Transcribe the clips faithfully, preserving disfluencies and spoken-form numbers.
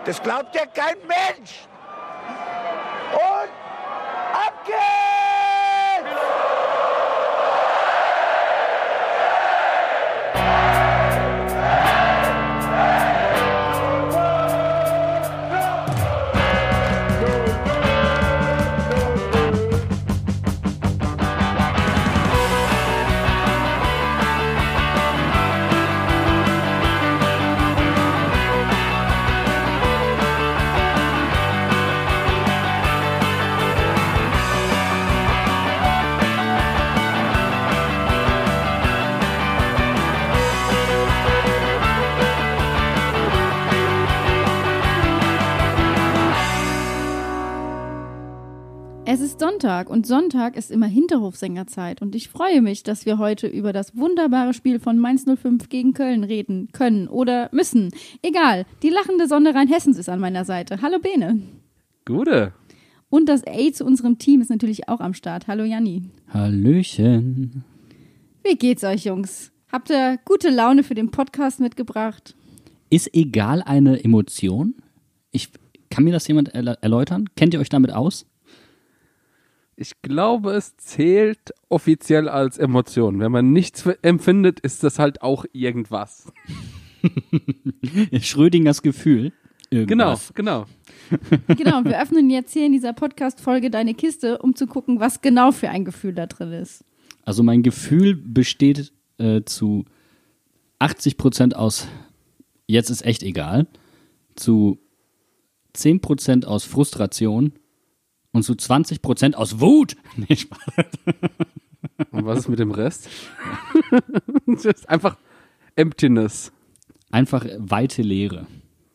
Das glaubt ja kein Mensch. Und ab geht's! Es ist Sonntag und Sonntag ist immer Hinterhofsängerzeit und ich freue mich, dass wir heute über das wunderbare Spiel von Mainz null fünf gegen Köln reden können oder müssen. Egal, die lachende Sonne Rheinhessens ist an meiner Seite. Hallo Bene. Gute. Und das A zu unserem Team ist natürlich auch am Start. Hallo Janni. Hallöchen. Wie geht's euch, Jungs? Habt ihr gute Laune für den Podcast mitgebracht? Ist egal eine Emotion? Ich, kann mir das jemand erl- erläutern? Kennt ihr euch damit aus? Ich glaube, es zählt offiziell als Emotion. Wenn man nichts empfindet, ist das halt auch irgendwas. Schrödingers Gefühl. Irgendwas. Genau, genau. Genau, und wir öffnen jetzt hier in dieser Podcast-Folge deine Kiste, um zu gucken, was genau für ein Gefühl da drin ist. Also mein Gefühl besteht äh, zu achtzig Prozent aus, jetzt ist echt egal, zu zehn Prozent aus Frustration und zu zwanzig Prozent aus Wut. Nee, Spaß. Und was ist mit dem Rest? Das ist einfach Emptiness. Einfach weite Leere.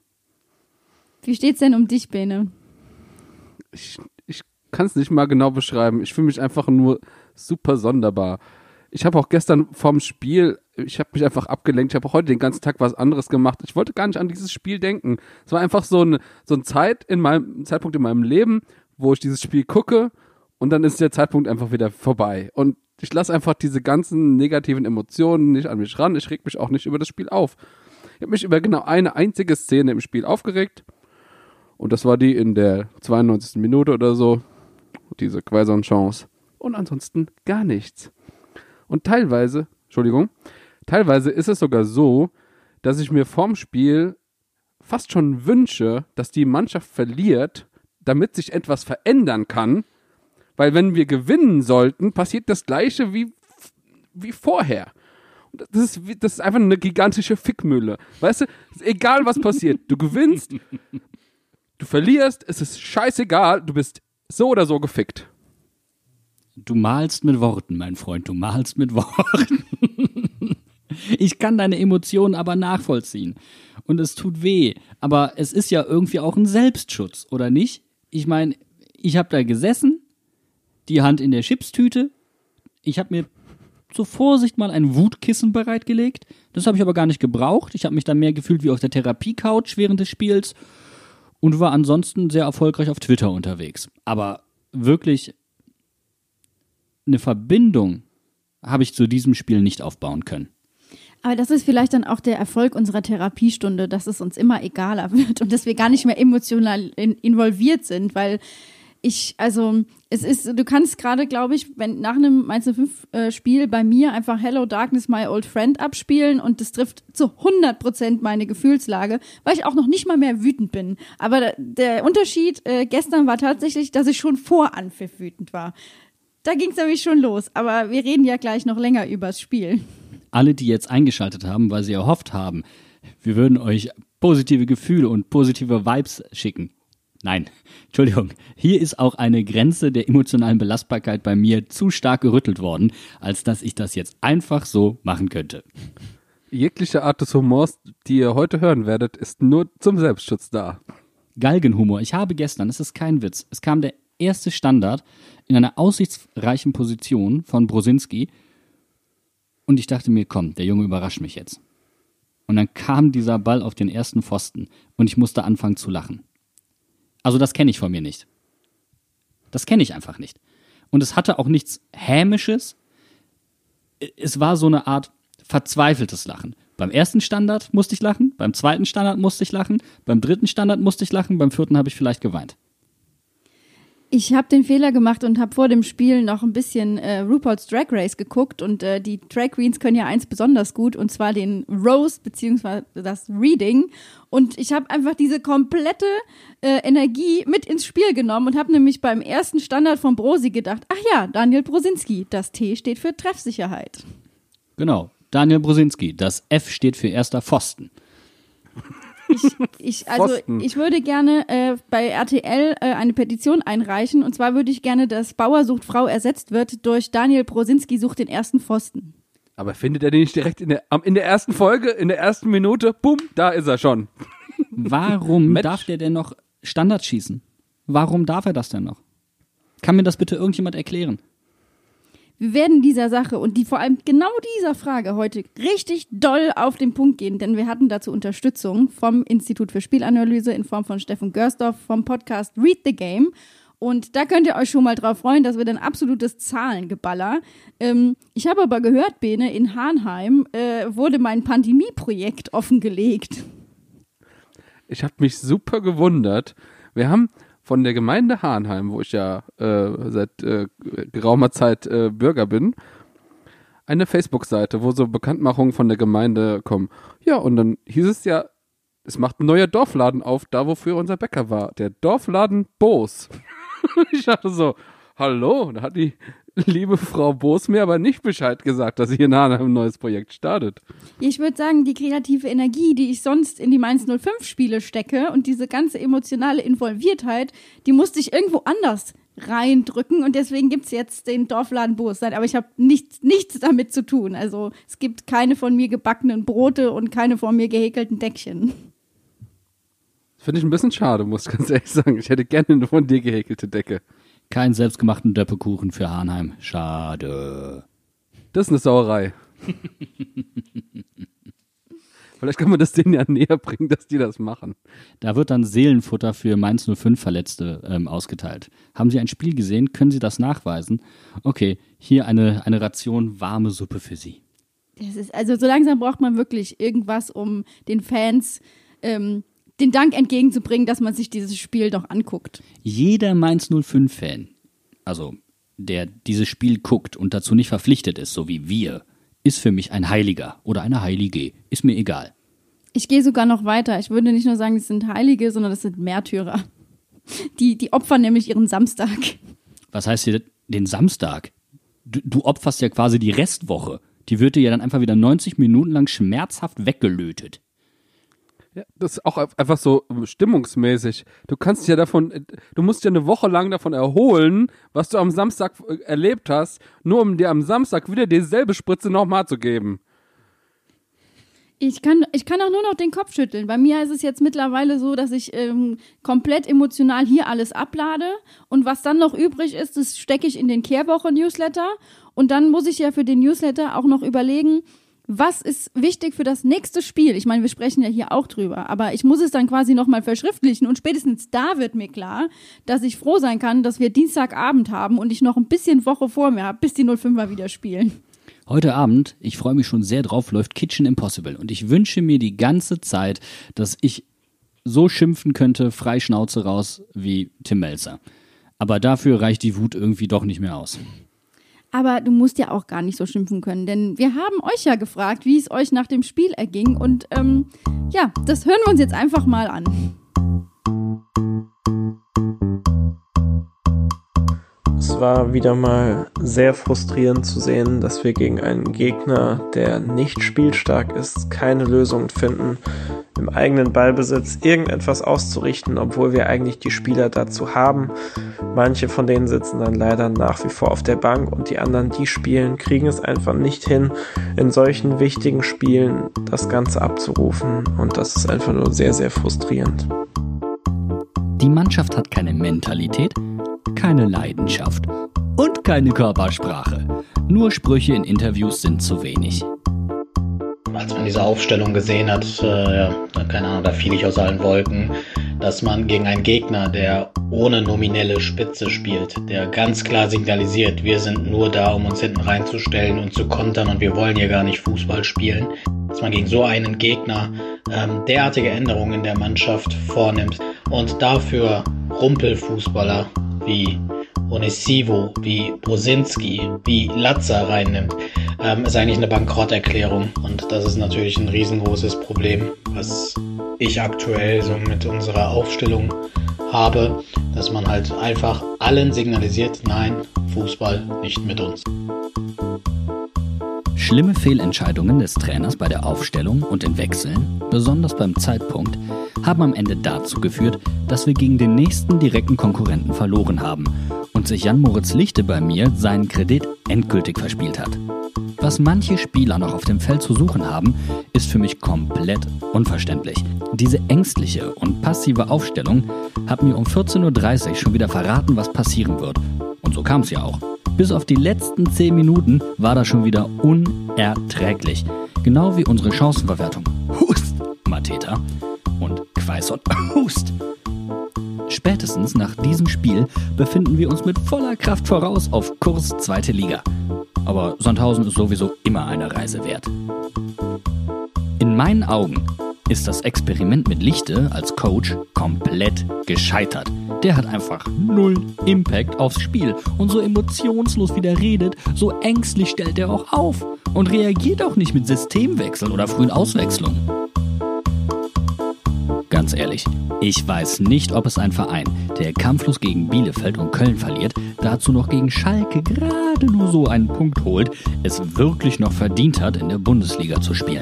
Wie steht's denn um dich, Bene? Ich, ich kann es nicht mal genau beschreiben. Ich fühle mich einfach nur super sonderbar. Ich habe auch gestern vorm Spiel, ich habe mich einfach abgelenkt. Ich habe auch heute den ganzen Tag was anderes gemacht. Ich wollte gar nicht an dieses Spiel denken. Es war einfach so ein, so ein Zeit in meinem, Zeitpunkt in meinem Leben, wo ich dieses Spiel gucke und dann ist der Zeitpunkt einfach wieder vorbei. Und ich lasse einfach diese ganzen negativen Emotionen nicht an mich ran. Ich reg mich auch nicht über das Spiel auf. Ich habe mich über genau eine einzige Szene im Spiel aufgeregt und das war die in der zweiundneunzigsten Minute oder so. Diese Quaison-Chance. Und ansonsten gar nichts. Und teilweise, Entschuldigung, teilweise ist es sogar so, dass ich mir vorm Spiel fast schon wünsche, dass die Mannschaft verliert, damit sich etwas verändern kann, weil wenn wir gewinnen sollten, passiert das Gleiche wie, wie vorher. Und das ist, das ist einfach eine gigantische Fickmühle. Weißt du, egal was passiert, du gewinnst, du verlierst, es ist scheißegal, du bist so oder so gefickt. Du malst mit Worten, mein Freund, du malst mit Worten. Ich kann deine Emotionen aber nachvollziehen. Und es tut weh. Aber es ist ja irgendwie auch ein Selbstschutz, oder nicht? Ich meine, ich habe da gesessen, die Hand in der Chipstüte. Ich habe mir zur Vorsicht mal ein Wutkissen bereitgelegt. Das habe ich aber gar nicht gebraucht. Ich habe mich dann mehr gefühlt wie auf der Therapie-Couch während des Spiels und war ansonsten sehr erfolgreich auf Twitter unterwegs. Aber wirklich eine Verbindung habe ich zu diesem Spiel nicht aufbauen können. Aber das ist vielleicht dann auch der Erfolg unserer Therapiestunde, dass es uns immer egaler wird und dass wir gar nicht mehr emotional in, involviert sind, weil ich, also es ist, du kannst gerade, glaube ich, wenn nach einem Mainz null fünf äh, Spiel bei mir einfach Hello Darkness, My Old Friend abspielen und das trifft zu hundert Prozent meine Gefühlslage, weil ich auch noch nicht mal mehr wütend bin. Aber der, der Unterschied äh, gestern war tatsächlich, dass ich schon vor Anpfiff wütend war. Da ging es nämlich schon los, aber wir reden ja gleich noch länger übers Spiel. Alle, die jetzt eingeschaltet haben, weil sie erhofft haben, wir würden euch positive Gefühle und positive Vibes schicken. Nein, Entschuldigung, hier ist auch eine Grenze der emotionalen Belastbarkeit bei mir zu stark gerüttelt worden, als dass ich das jetzt einfach so machen könnte. Jegliche Art des Humors, die ihr heute hören werdet, ist nur zum Selbstschutz da. Galgenhumor. Ich habe gestern, es ist kein Witz, es kam der erste Standard in einer aussichtsreichen Position von Brosinski und ich dachte mir, komm, der Junge überrascht mich jetzt. Und dann kam dieser Ball auf den ersten Pfosten und ich musste anfangen zu lachen. Also das kenne ich von mir nicht. Das kenne ich einfach nicht. Und es hatte auch nichts Hämisches. Es war so eine Art verzweifeltes Lachen. Beim ersten Standard musste ich lachen, beim zweiten Standard musste ich lachen, beim dritten Standard musste ich lachen, beim vierten habe ich vielleicht geweint. Ich habe den Fehler gemacht und habe vor dem Spiel noch ein bisschen äh, RuPaul's Drag Race geguckt und äh, die Drag Queens können ja eins besonders gut und zwar den Roast beziehungsweise das Reading und ich habe einfach diese komplette äh, Energie mit ins Spiel genommen und habe nämlich beim ersten Standard von Brosi gedacht, ach ja, Daniel Brosinski, das T steht für Treffsicherheit. Genau, Daniel Brosinski, das F steht für erster Pfosten. Ich, ich, also ich würde gerne äh, bei R T L äh, eine Petition einreichen und zwar würde ich gerne, dass Bauer sucht Frau ersetzt wird durch Daniel Brosinski sucht den ersten Pfosten. Aber findet er den nicht direkt in der, in der ersten Folge, in der ersten Minute? Bumm, da ist er schon. Warum darf der denn noch Standard schießen? Warum darf er das denn noch? Kann mir das bitte irgendjemand erklären? Wir werden dieser Sache und die vor allem genau dieser Frage heute richtig doll auf den Punkt gehen, denn wir hatten dazu Unterstützung vom Institut für Spielanalyse in Form von Steffen Görsdorf vom Podcast Read the Game. Und da könnt ihr euch schon mal drauf freuen, das wird ein absolutes Zahlengeballer. Ähm, ich habe aber gehört, Bene, in Hahnheim äh, wurde mein Pandemie-Projekt offengelegt. Ich habe mich super gewundert. Wir haben von der Gemeinde Hahnheim, wo ich ja äh, seit äh, geraumer Zeit äh, Bürger bin, eine Facebook-Seite, wo so Bekanntmachungen von der Gemeinde kommen. Ja, und dann hieß es ja, es macht ein neuer Dorfladen auf, da wo früher unser Bäcker war. Der Dorfladen Boos. Ich dachte so, hallo, da hat die liebe Frau Boos mir aber nicht Bescheid gesagt, dass hier in Hahnheim ein neues Projekt startet. Ich würde sagen, die kreative Energie, die ich sonst in die Mainz null fünf Spiele stecke und diese ganze emotionale Involviertheit, die musste ich irgendwo anders reindrücken und deswegen gibt's jetzt den Dorfladen Boos. Aber ich habe nichts, nichts damit zu tun. Also es gibt keine von mir gebackenen Brote und keine von mir gehäkelten Deckchen. Das finde ich ein bisschen schade, muss ich ganz ehrlich sagen. Ich hätte gerne eine von dir gehäkelte Decke. Kein selbstgemachten Döppekuchen für Hahnheim. Schade. Das ist eine Sauerei. Vielleicht kann man das denen ja näher bringen, dass die das machen. Da wird dann Seelenfutter für Mainz null fünf Verletzte ähm, ausgeteilt. Haben Sie ein Spiel gesehen? Können Sie das nachweisen? Okay, hier eine, eine Ration warme Suppe für Sie. Das ist, also so langsam braucht man wirklich irgendwas, um den Fans ähm, den Dank entgegenzubringen, dass man sich dieses Spiel doch anguckt. Jeder Mainz null fünf Fan, also der dieses Spiel guckt und dazu nicht verpflichtet ist, so wie wir, ist für mich ein Heiliger oder eine Heilige. Ist mir egal. Ich gehe sogar noch weiter. Ich würde nicht nur sagen, es sind Heilige, sondern das sind Märtyrer. Die, die opfern nämlich ihren Samstag. Was heißt hier den Samstag? Du, du opferst ja quasi die Restwoche. Die wird dir ja dann einfach wieder neunzig Minuten lang schmerzhaft weggelötet. Ja, das ist auch einfach so stimmungsmäßig. Du kannst ja davon, du musst ja eine Woche lang davon erholen, was du am Samstag erlebt hast, nur um dir am Samstag wieder dieselbe Spritze nochmal zu geben. Ich kann, ich kann auch nur noch den Kopf schütteln. Bei mir ist es jetzt mittlerweile so, dass ich ähm, komplett emotional hier alles ablade und was dann noch übrig ist, das stecke ich in den Kehrwoche-Newsletter und dann muss ich ja für den Newsletter auch noch überlegen, was ist wichtig für das nächste Spiel? Ich meine, wir sprechen ja hier auch drüber, aber ich muss es dann quasi nochmal verschriftlichen und spätestens da wird mir klar, dass ich froh sein kann, dass wir Dienstagabend haben und ich noch ein bisschen Woche vor mir habe, bis die null fünfer wieder spielen. Heute Abend, ich freue mich schon sehr drauf, läuft Kitchen Impossible und ich wünsche mir die ganze Zeit, dass ich so schimpfen könnte, frei Schnauze raus wie Tim Melzer. Aber dafür reicht die Wut irgendwie doch nicht mehr aus. Aber du musst ja auch gar nicht so schimpfen können, denn wir haben euch ja gefragt, wie es euch nach dem Spiel erging und ähm, ja, das hören wir uns jetzt einfach mal an. Es war wieder mal sehr frustrierend zu sehen, dass wir gegen einen Gegner, der nicht spielstark ist, keine Lösung finden, im eigenen Ballbesitz irgendetwas auszurichten, obwohl wir eigentlich die Spieler dazu haben. Manche von denen sitzen dann leider nach wie vor auf der Bank und die anderen, die spielen, kriegen es einfach nicht hin, in solchen wichtigen Spielen das Ganze abzurufen und das ist einfach nur sehr, sehr frustrierend. Die Mannschaft hat keine Mentalität, keine Leidenschaft und keine Körpersprache. Nur Sprüche in Interviews sind zu wenig. Als man diese Aufstellung gesehen hat, äh, ja, keine Ahnung, da fiel ich aus allen Wolken. dass man gegen einen Gegner, der ohne nominelle Spitze spielt, der ganz klar signalisiert, wir sind nur da, um uns hinten reinzustellen und zu kontern und wir wollen hier gar nicht Fußball spielen, dass man gegen so einen Gegner ähm, derartige Änderungen in der Mannschaft vornimmt und dafür Rumpelfußballer wie Onisivo, wie Brosinski, wie Latza reinnimmt, ähm, ist eigentlich eine Bankrotterklärung. Und das ist natürlich ein riesengroßes Problem, was ich aktuell so mit unserer Aufstellung habe, dass man halt einfach allen signalisiert, nein, Fußball nicht mit uns. Schlimme Fehlentscheidungen des Trainers bei der Aufstellung und den Wechseln, besonders beim Zeitpunkt, haben am Ende dazu geführt, dass wir gegen den nächsten direkten Konkurrenten verloren haben und sich Jan-Moritz Lichte bei mir seinen Kredit endgültig verspielt hat. Was manche Spieler noch auf dem Feld zu suchen haben, ist für mich komplett unverständlich. Diese ängstliche und passive Aufstellung hat mir um vierzehn Uhr dreißig schon wieder verraten, was passieren wird. Und so kam es ja auch. Bis auf die letzten zehn Minuten war das schon wieder unerträglich. Genau wie unsere Chancenverwertung. Hust, Mateta. Und Quaison, Hust. Spätestens nach diesem Spiel befinden wir uns mit voller Kraft voraus auf Kurs zweite Liga. Aber Sandhausen ist sowieso immer eine Reise wert. In meinen Augen ist das Experiment mit Lichte als Coach komplett gescheitert. Der hat einfach null Impact aufs Spiel. Und so emotionslos wie der redet, so ängstlich stellt er auch auf. Und reagiert auch nicht mit Systemwechseln oder frühen Auswechslungen. Ganz ehrlich, ich weiß nicht, ob es ein Verein, der kampflos gegen Bielefeld und Köln verliert, dazu noch gegen Schalke gerade nur so einen Punkt holt, es wirklich noch verdient hat, in der Bundesliga zu spielen.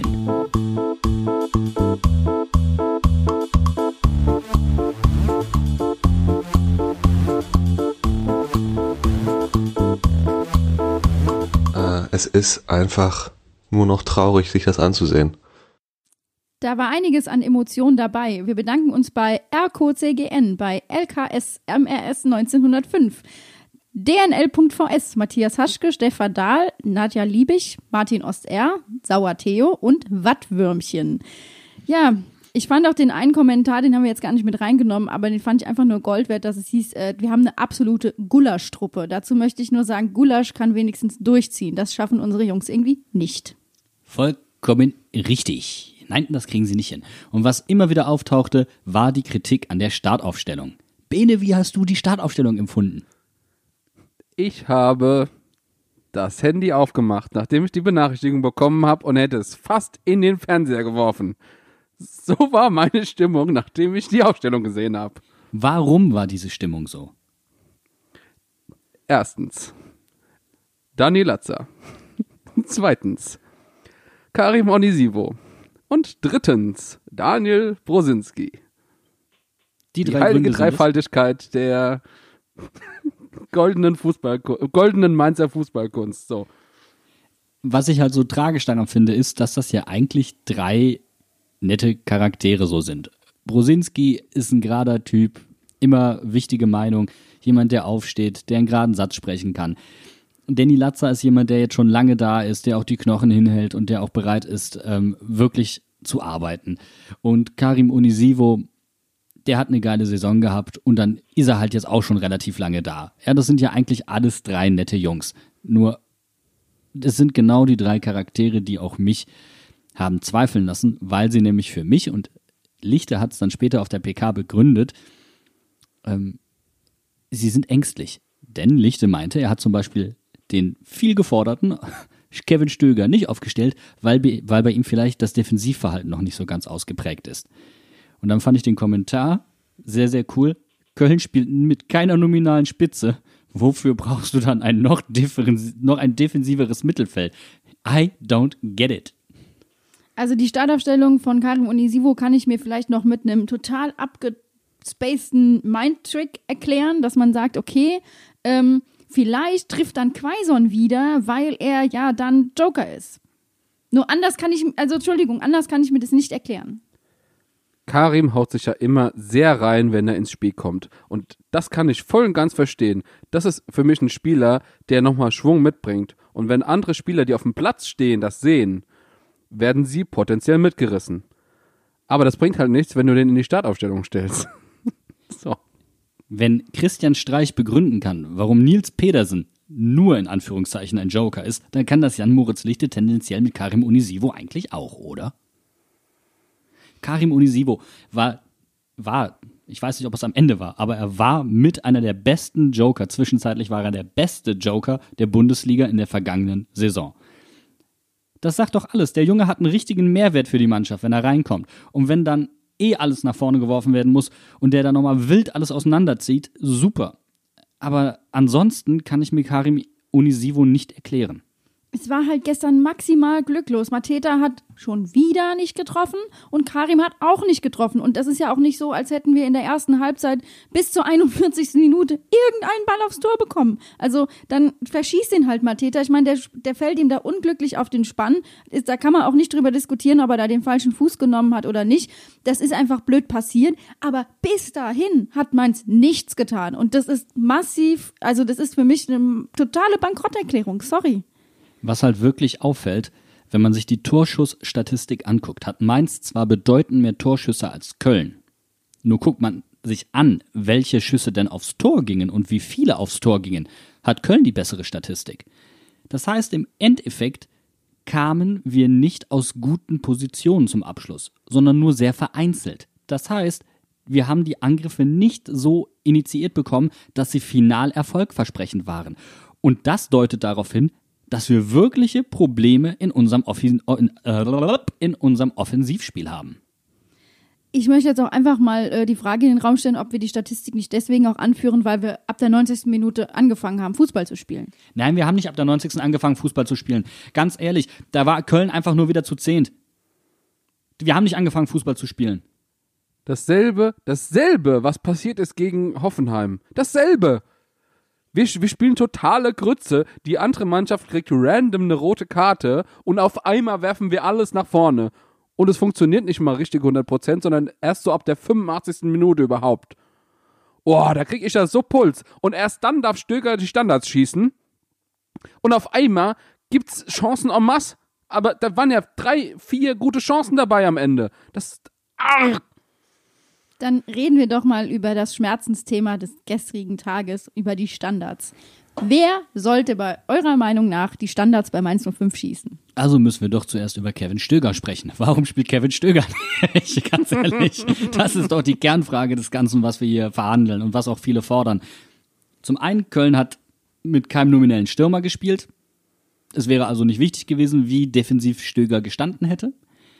Es ist einfach nur noch traurig, sich das anzusehen. Da war einiges an Emotionen dabei. Wir bedanken uns bei R K C G N, bei L K S M R S neunzehnhundertfünf, D N L Punkt V S, Matthias Haschke, Stefan Dahl, Nadja Liebig, Martin Oster, Sauer Theo und Wattwürmchen. Ja, ich fand auch den einen Kommentar, den haben wir jetzt gar nicht mit reingenommen, aber den fand ich einfach nur Gold wert, dass es hieß, äh, wir haben eine absolute Gulasch-Truppe. Dazu möchte ich nur sagen, Gulasch kann wenigstens durchziehen. Das schaffen unsere Jungs irgendwie nicht. Vollkommen richtig. Nein, das kriegen sie nicht hin. Und was immer wieder auftauchte, war die Kritik an der Startaufstellung. Bene, wie hast du die Startaufstellung empfunden? Ich habe das Handy aufgemacht, nachdem ich die Benachrichtigung bekommen habe und hätte es fast in den Fernseher geworfen. So war meine Stimmung, nachdem ich die Aufstellung gesehen habe. Warum war diese Stimmung so? Erstens, Dani Latza. Zweitens, Karim Onisivo. Und drittens, Daniel Brosinski. Die, die drei heilige Gründe Dreifaltigkeit der goldenen Fußball, goldenen Mainzer Fußballkunst. So. Was ich halt so tragisch daran finde, ist, dass das ja eigentlich drei nette Charaktere so sind. Brosinski ist ein gerader Typ, immer wichtige Meinung, jemand, der aufsteht, der einen geraden Satz sprechen kann. Danny Latza ist jemand, der jetzt schon lange da ist, der auch die Knochen hinhält und der auch bereit ist, ähm, wirklich zu arbeiten. Und Karim Onisivo, der hat eine geile Saison gehabt und dann ist er halt jetzt auch schon relativ lange da. Ja, das sind ja eigentlich alles drei nette Jungs. Nur, es sind genau die drei Charaktere, die auch mich haben zweifeln lassen, weil sie nämlich für mich, und Lichte hat es dann später auf der P K begründet, ähm, sie sind ängstlich. Denn Lichte meinte, er hat zum Beispiel den viel geforderten Kevin Stöger nicht aufgestellt, weil, weil bei ihm vielleicht das Defensivverhalten noch nicht so ganz ausgeprägt ist. Und dann fand ich den Kommentar sehr, sehr cool. Köln spielt mit keiner nominalen Spitze. Wofür brauchst du dann ein noch, differen- noch ein defensiveres Mittelfeld? I don't get it. Also die Startaufstellung von Karim Onisivo kann ich mir vielleicht noch mit einem total abgespaceden Mindtrick erklären, dass man sagt, okay, ähm, vielleicht trifft dann Quaison wieder, weil er ja dann Joker ist. Nur anders kann ich, also Entschuldigung, anders kann ich mir das nicht erklären. Karim haut sich ja immer sehr rein, wenn er ins Spiel kommt. Und das kann ich voll und ganz verstehen. Das ist für mich ein Spieler, der nochmal Schwung mitbringt. Und wenn andere Spieler, die auf dem Platz stehen, das sehen, werden sie potenziell mitgerissen. Aber das bringt halt nichts, wenn du den in die Startaufstellung stellst. Wenn Christian Streich begründen kann, warum Nils Pedersen nur in Anführungszeichen ein Joker ist, dann kann das Jan-Moritz Lichte tendenziell mit Karim Unisivo eigentlich auch, oder? Karim Unisivo war, war, ich weiß nicht, ob es am Ende war, aber er war mit einer der besten Joker, zwischenzeitlich war er der beste Joker der Bundesliga in der vergangenen Saison. Das sagt doch alles. Der Junge hat einen richtigen Mehrwert für die Mannschaft, wenn er reinkommt. Und wenn dann eh alles nach vorne geworfen werden muss und der dann nochmal wild alles auseinanderzieht, super. Aber ansonsten kann ich mir Karim Unisivo nicht erklären. Es war halt gestern maximal glücklos. Mateta hat schon wieder nicht getroffen und Karim hat auch nicht getroffen. Und das ist ja auch nicht so, als hätten wir in der ersten Halbzeit bis zur einundvierzigsten Minute irgendeinen Ball aufs Tor bekommen. Also dann verschießt ihn halt Mateta. Ich meine, der, der fällt ihm da unglücklich auf den Spann. Ist, da kann man auch nicht drüber diskutieren, ob er da den falschen Fuß genommen hat oder nicht. Das ist einfach blöd passiert. Aber bis dahin hat Mainz nichts getan. Und das ist massiv, also das ist für mich eine totale Bankrotterklärung. Sorry. Was halt wirklich auffällt, wenn man sich die Torschussstatistik anguckt, hat Mainz zwar bedeutend mehr Torschüsse als Köln. Nur guckt man sich an, welche Schüsse denn aufs Tor gingen und wie viele aufs Tor gingen, hat Köln die bessere Statistik. Das heißt, im Endeffekt kamen wir nicht aus guten Positionen zum Abschluss, sondern nur sehr vereinzelt. Das heißt, wir haben die Angriffe nicht so initiiert bekommen, dass sie final erfolgversprechend waren. Und das deutet darauf hin, dass wir wirkliche Probleme in unserem, Offen- in unserem Offensivspiel haben. Ich möchte jetzt auch einfach mal äh, die Frage in den Raum stellen, ob wir die Statistik nicht deswegen auch anführen, weil wir ab der neunzigsten Minute angefangen haben, Fußball zu spielen. Nein, wir haben nicht ab der neunzigsten angefangen, Fußball zu spielen. Ganz ehrlich, da war Köln einfach nur wieder zu zehnt. Wir haben nicht angefangen, Fußball zu spielen. Dasselbe, dasselbe, was passiert ist gegen Hoffenheim. Dasselbe. Wir, wir spielen totale Grütze, die andere Mannschaft kriegt random eine rote Karte und auf einmal werfen wir alles nach vorne. Und es funktioniert nicht mal richtig hundert Prozent, sondern erst so ab der fünfundachtzigsten Minute überhaupt. Oh, da krieg ich ja so Puls. Und erst dann darf Stöger die Standards schießen. Und auf einmal gibt's Chancen en masse. Aber da waren ja drei, vier gute Chancen dabei am Ende. Das, arg. Dann reden wir doch mal über das Schmerzensthema des gestrigen Tages, über die Standards. Wer sollte bei eurer Meinung nach die Standards bei Mainz null fünf schießen? Also müssen wir doch zuerst über Kevin Stöger sprechen. Warum spielt Kevin Stöger nicht? Ganz ehrlich, das ist doch die Kernfrage des Ganzen, was wir hier verhandeln und was auch viele fordern. Zum einen, Köln hat mit keinem nominellen Stürmer gespielt. Es wäre also nicht wichtig gewesen, wie defensiv Stöger gestanden hätte.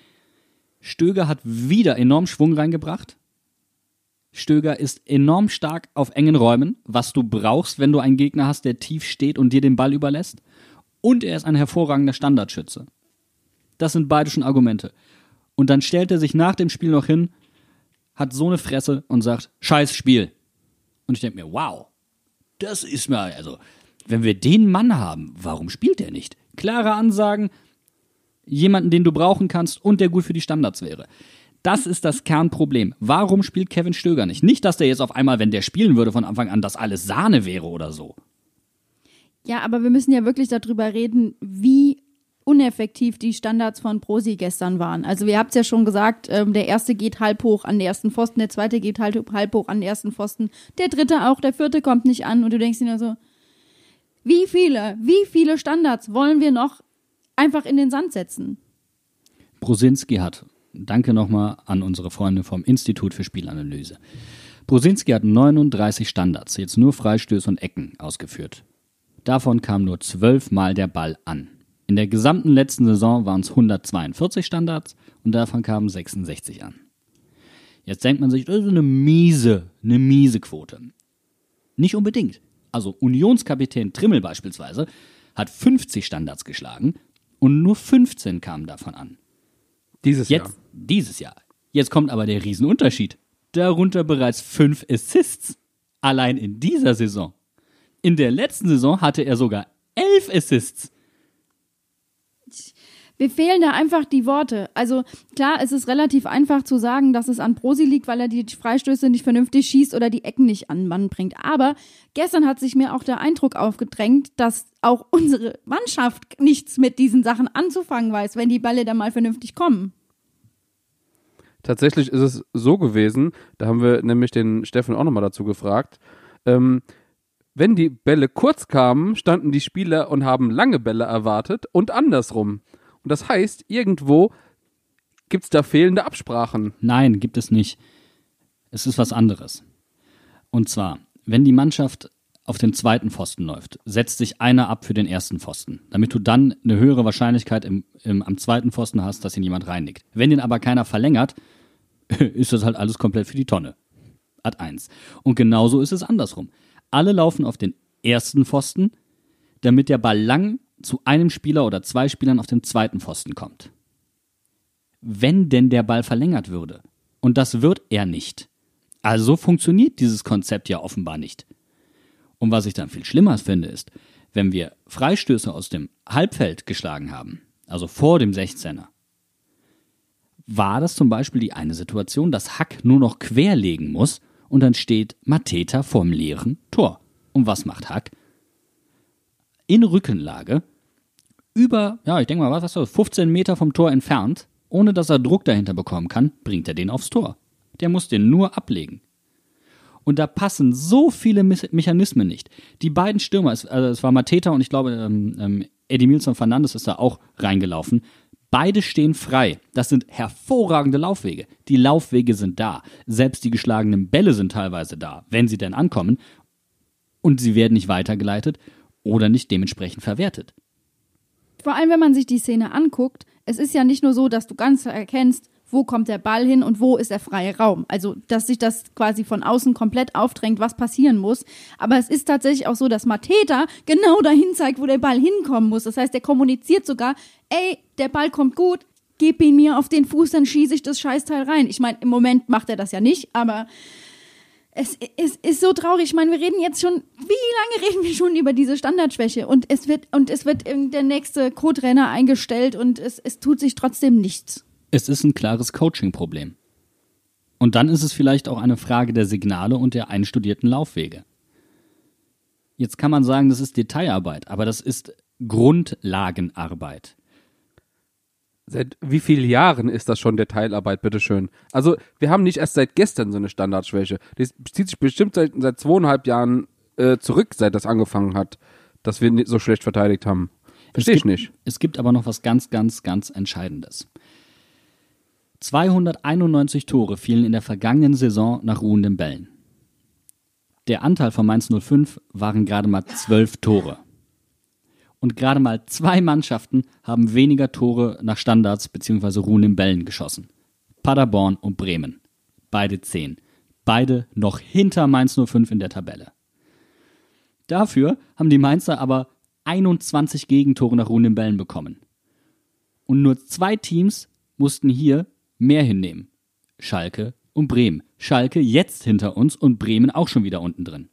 Stöger hat wieder enorm Schwung reingebracht. Stöger ist enorm stark auf engen Räumen, was du brauchst, wenn du einen Gegner hast, der tief steht und dir den Ball überlässt. Und er ist ein hervorragender Standardschütze. Das sind beide schon Argumente. Und dann stellt er sich nach dem Spiel noch hin, hat so eine Fresse und sagt, scheiß Spiel. Und ich denke mir, wow, das ist mir, also, wenn wir den Mann haben, warum spielt er nicht? Klare Ansagen, jemanden, den du brauchen kannst und der gut für die Standards wäre. Das ist das Kernproblem. Warum spielt Kevin Stöger nicht? Nicht, dass der jetzt auf einmal, wenn der spielen würde von Anfang an, dass alles Sahne wäre oder so. Ja, aber wir müssen ja wirklich darüber reden, wie uneffektiv die Standards von Brosi gestern waren. Also ihr habt es ja schon gesagt, ähm, der erste geht halb hoch an den ersten Pfosten, der zweite geht halb, halb hoch an den ersten Pfosten, der dritte auch, der vierte kommt nicht an und du denkst dir nur so, wie viele, wie viele Standards wollen wir noch einfach in den Sand setzen? Brosinski hat, danke nochmal an unsere Freunde vom Institut für Spielanalyse. Brosinski hat neununddreißig Standards, jetzt nur Freistöße und Ecken ausgeführt. Davon kam nur zwölfmal der Ball an. In der gesamten letzten Saison waren es hundertzweiundvierzig Standards und davon kamen sechsundsechzig an. Jetzt denkt man sich, das ist eine miese, eine miese Quote. Nicht unbedingt. Also Unionskapitän Trimmel beispielsweise hat fünfzig Standards geschlagen und nur fünfzehn kamen davon an. Dieses Jetzt, Jahr. Dieses Jahr. Jetzt kommt aber der Riesenunterschied. Darunter bereits fünf Assists. Allein in dieser Saison. In der letzten Saison hatte er sogar elf Assists. Wir fehlen da einfach die Worte. Also klar, es ist relativ einfach zu sagen, dass es an Brosi liegt, weil er die Freistöße nicht vernünftig schießt oder die Ecken nicht an den Mann bringt. Aber gestern hat sich mir auch der Eindruck aufgedrängt, dass auch unsere Mannschaft nichts mit diesen Sachen anzufangen weiß, wenn die Bälle dann mal vernünftig kommen. Tatsächlich ist es so gewesen, da haben wir nämlich den Steffen auch nochmal dazu gefragt, ähm, wenn die Bälle kurz kamen, standen die Spieler und haben lange Bälle erwartet und andersrum. Und das heißt, irgendwo gibt es da fehlende Absprachen. Nein, gibt es nicht. Es ist was anderes. Und zwar, wenn die Mannschaft auf den zweiten Pfosten läuft, setzt sich einer ab für den ersten Pfosten, damit du dann eine höhere Wahrscheinlichkeit im, im, am zweiten Pfosten hast, dass ihn jemand reinlegt. Wenn den aber keiner verlängert, ist das halt alles komplett für die Tonne. Ad eins. Und genauso ist es andersrum. Alle laufen auf den ersten Pfosten, damit der Ball lang zu einem Spieler oder zwei Spielern auf den zweiten Pfosten kommt. Wenn denn der Ball verlängert würde. Und das wird er nicht. Also funktioniert dieses Konzept ja offenbar nicht. Und was ich dann viel schlimmer finde, ist, wenn wir Freistöße aus dem Halbfeld geschlagen haben, also vor dem sechzehner, war das zum Beispiel die eine Situation, dass Hack nur noch querlegen muss und dann steht Mateta vorm leeren Tor. Und was macht Hack? In Rückenlage, über, ja, ich denke mal, was hast du, fünfzehn Meter vom Tor entfernt, ohne dass er Druck dahinter bekommen kann, bringt er den aufs Tor. Der muss den nur ablegen. Und da passen so viele Me- Mechanismen nicht. Die beiden Stürmer, es, also es war Mateta und ich glaube, ähm, ähm, Edimilson Fernandes ist da auch reingelaufen. Beide stehen frei. Das sind hervorragende Laufwege. Die Laufwege sind da. Selbst die geschlagenen Bälle sind teilweise da, wenn sie denn ankommen. Und sie werden nicht weitergeleitet oder nicht dementsprechend verwertet. Vor allem, wenn man sich die Szene anguckt, es ist ja nicht nur so, dass du ganz erkennst, wo kommt der Ball hin und wo ist der freie Raum. Also, dass sich das quasi von außen komplett aufdrängt, was passieren muss. Aber es ist tatsächlich auch so, dass Mateta genau dahin zeigt, wo der Ball hinkommen muss. Das heißt, der kommuniziert sogar, ey, der Ball kommt gut, gib ihn mir auf den Fuß, dann schieße ich das Scheißteil rein. Ich meine, im Moment macht er das ja nicht, aber es ist, ist so traurig. Ich meine, wir reden jetzt schon, wie lange reden wir schon über diese Standardschwäche? Und es wird, und es wird der nächste Co-Trainer eingestellt und es, es tut sich trotzdem nichts. Es ist ein klares Coaching-Problem. Und dann ist es vielleicht auch eine Frage der Signale und der einstudierten Laufwege. Jetzt kann man sagen, das ist Detailarbeit, aber das ist Grundlagenarbeit. Seit wie vielen Jahren ist das schon Detailarbeit, bitteschön? Also, wir haben nicht erst seit gestern so eine Standardschwäche. Das zieht sich bestimmt seit, seit zweieinhalb Jahren äh, zurück, seit das angefangen hat, dass wir so schlecht verteidigt haben. Verstehe ich nicht. Es gibt aber noch was ganz, ganz, ganz Entscheidendes. zweihunderteinundneunzig Tore fielen in der vergangenen Saison nach ruhenden Bällen. Der Anteil von Mainz null fünf waren gerade mal zwölf Tore. Und gerade mal zwei Mannschaften haben weniger Tore nach Standards bzw. ruhenden Bällen geschossen. Paderborn und Bremen. Beide zehn. Beide noch hinter Mainz null fünf in der Tabelle. Dafür haben die Mainzer aber einundzwanzig Gegentore nach ruhenden Bällen bekommen. Und nur zwei Teams mussten hier mehr hinnehmen. Schalke und Bremen. Schalke jetzt hinter uns und Bremen auch schon wieder unten drin.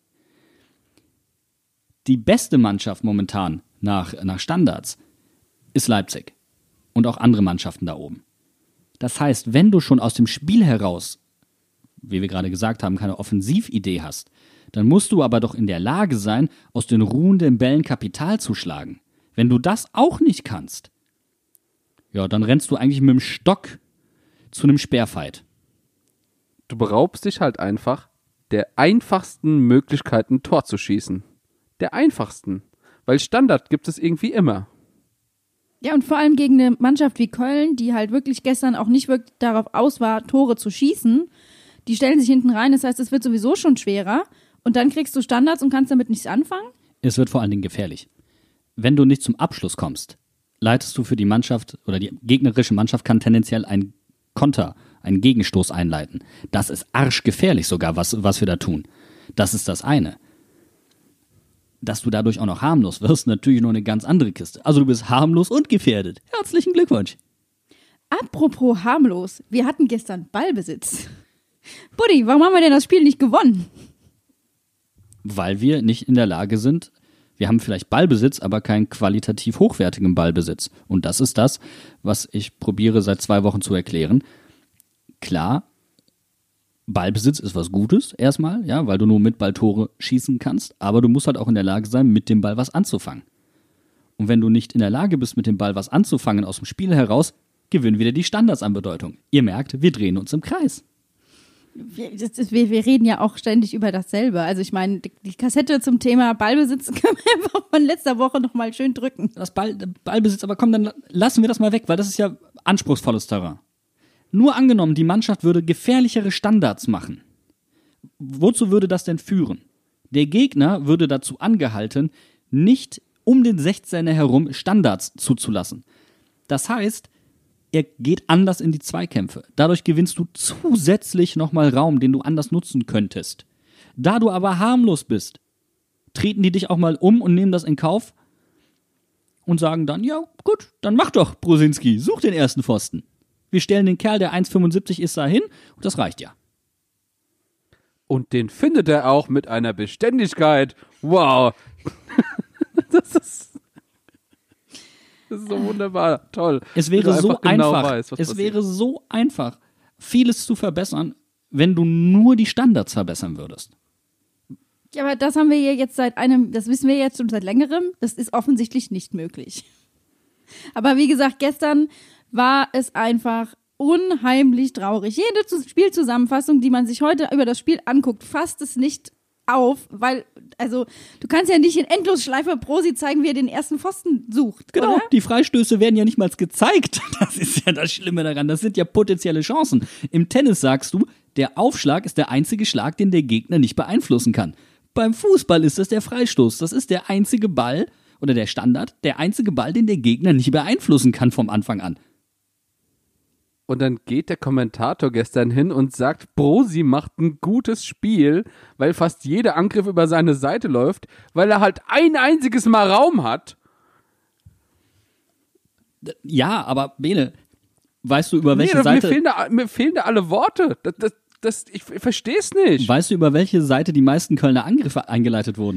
Die beste Mannschaft momentan nach, nach Standards ist Leipzig und auch andere Mannschaften da oben. Das heißt, wenn du schon aus dem Spiel heraus, wie wir gerade gesagt haben, keine Offensividee hast, dann musst du aber doch in der Lage sein, aus den ruhenden Bällen Kapital zu schlagen. Wenn du das auch nicht kannst, ja, dann rennst du eigentlich mit dem Stock zu einem Speerfight. Du beraubst dich halt einfach der einfachsten Möglichkeit, ein Tor zu schießen. Der einfachsten. Weil Standard gibt es irgendwie immer. Ja, und vor allem gegen eine Mannschaft wie Köln, die halt wirklich gestern auch nicht wirklich darauf aus war, Tore zu schießen. Die stellen sich hinten rein, das heißt, es wird sowieso schon schwerer. Und dann kriegst du Standards und kannst damit nichts anfangen? Es wird vor allen Dingen gefährlich. Wenn du nicht zum Abschluss kommst, leitest du für die Mannschaft oder die gegnerische Mannschaft kann tendenziell einen Konter, einen Gegenstoß einleiten. Das ist arschgefährlich sogar, was, was wir da tun. Das ist das eine. Dass du dadurch auch noch harmlos wirst, natürlich noch eine ganz andere Kiste. Also du bist harmlos und gefährdet. Herzlichen Glückwunsch. Apropos harmlos, wir hatten gestern Ballbesitz. Buddy, warum haben wir denn das Spiel nicht gewonnen? Weil wir nicht in der Lage sind, wir haben vielleicht Ballbesitz, aber keinen qualitativ hochwertigen Ballbesitz. Und das ist das, was ich probiere seit zwei Wochen zu erklären. Klar, Ballbesitz ist was Gutes erstmal, ja, weil du nur mit Ball Tore schießen kannst, aber du musst halt auch in der Lage sein, mit dem Ball was anzufangen. Und wenn du nicht in der Lage bist, mit dem Ball was anzufangen aus dem Spiel heraus, gewinnen wieder die Standards an Bedeutung. Ihr merkt, wir drehen uns im Kreis. Wir, das ist, wir, wir reden ja auch ständig über dasselbe. Also ich meine, die, die Kassette zum Thema Ballbesitz können wir einfach von letzter Woche nochmal schön drücken. Das Ball, Ballbesitz, aber komm, dann lassen wir das mal weg, weil das ist ja anspruchsvolles Terrain. Nur angenommen, die Mannschaft würde gefährlichere Standards machen. Wozu würde das denn führen? Der Gegner würde dazu angehalten, nicht um den sechzehner herum Standards zuzulassen. Das heißt, er geht anders in die Zweikämpfe. Dadurch gewinnst du zusätzlich nochmal Raum, den du anders nutzen könntest. Da du aber harmlos bist, treten die dich auch mal um und nehmen das in Kauf und sagen dann, ja gut, dann mach doch, Brosinski, such den ersten Pfosten. Wir stellen den Kerl, der eins Komma fünfundsiebzig ist, da hin und das reicht ja. Und den findet er auch mit einer Beständigkeit. Wow. das ist... Das ist so wunderbar, toll. Es wäre so einfach, genau weiß, es passiert. wäre so einfach, vieles zu verbessern, wenn du nur die Standards verbessern würdest. Ja, aber das haben wir ja jetzt seit einem, das wissen wir jetzt schon seit längerem, das ist offensichtlich nicht möglich. Aber wie gesagt, gestern war es einfach unheimlich traurig. Jede Spielzusammenfassung, die man sich heute über das Spiel anguckt, fasst es nicht auf, weil, also, du kannst ja nicht in Endlosschleife Brosi zeigen, wie er den ersten Pfosten sucht, Genau, oder? Die Freistöße werden ja nicht mal gezeigt. Das ist ja das Schlimme daran. Das sind ja potenzielle Chancen. Im Tennis sagst du, der Aufschlag ist der einzige Schlag, den der Gegner nicht beeinflussen kann. Beim Fußball ist das der Freistoß. Das ist der einzige Ball, oder der Standard, der einzige Ball, den der Gegner nicht beeinflussen kann vom Anfang an. Und dann geht der Kommentator gestern hin und sagt, Brosi macht ein gutes Spiel, weil fast jeder Angriff über seine Seite läuft, weil er halt ein einziges Mal Raum hat. Ja, aber Bene, weißt du, über welche nee, Seite... Mir fehlen, da, mir fehlen da alle Worte. Das, das, das, ich ich verstehe es nicht. Weißt du, über welche Seite die meisten Kölner Angriffe eingeleitet wurden?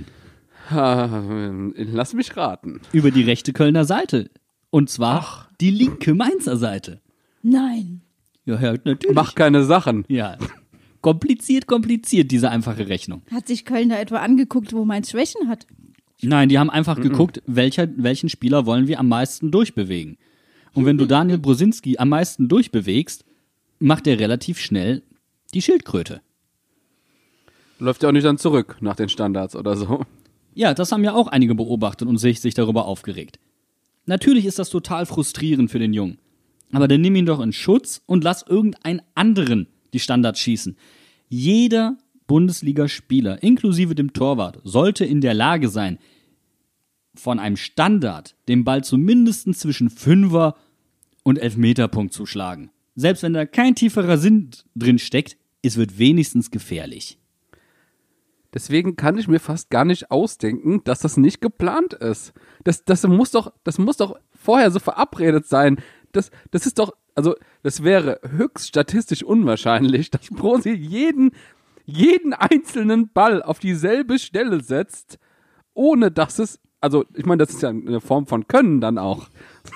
Lass mich raten. Über die rechte Kölner Seite. Und zwar Ach. die linke Mainzer Seite. Nein. Ja, ja, natürlich. Mach keine Sachen. Ja. Kompliziert, kompliziert, diese einfache Rechnung. Hat sich Köln da etwa angeguckt, wo Mainz Schwächen hat? Nein, die haben einfach mhm. geguckt, welcher, welchen Spieler wollen wir am meisten durchbewegen. Und wenn du Daniel Brosinski am meisten durchbewegst, macht er relativ schnell die Schildkröte. Läuft ja auch nicht dann zurück nach den Standards oder so. Ja, das haben ja auch einige beobachtet und sich, sich darüber aufgeregt. Natürlich ist das total frustrierend für den Jungen. Aber dann nimm ihn doch in Schutz und lass irgendeinen anderen die Standards schießen. Jeder Bundesligaspieler, inklusive dem Torwart, sollte in der Lage sein, von einem Standard den Ball zumindest zwischen Fünfer- und Elfmeterpunkt zu schlagen. Selbst wenn da kein tieferer Sinn drin steckt, es wird wenigstens gefährlich. Deswegen kann ich mir fast gar nicht ausdenken, dass das nicht geplant ist. Das, das, muss, doch, das muss doch vorher so verabredet sein. Das, das ist doch, also das wäre höchst statistisch unwahrscheinlich, dass Brosi jeden, jeden einzelnen Ball auf dieselbe Stelle setzt, ohne dass es, also ich meine, das ist ja eine Form von Können dann auch.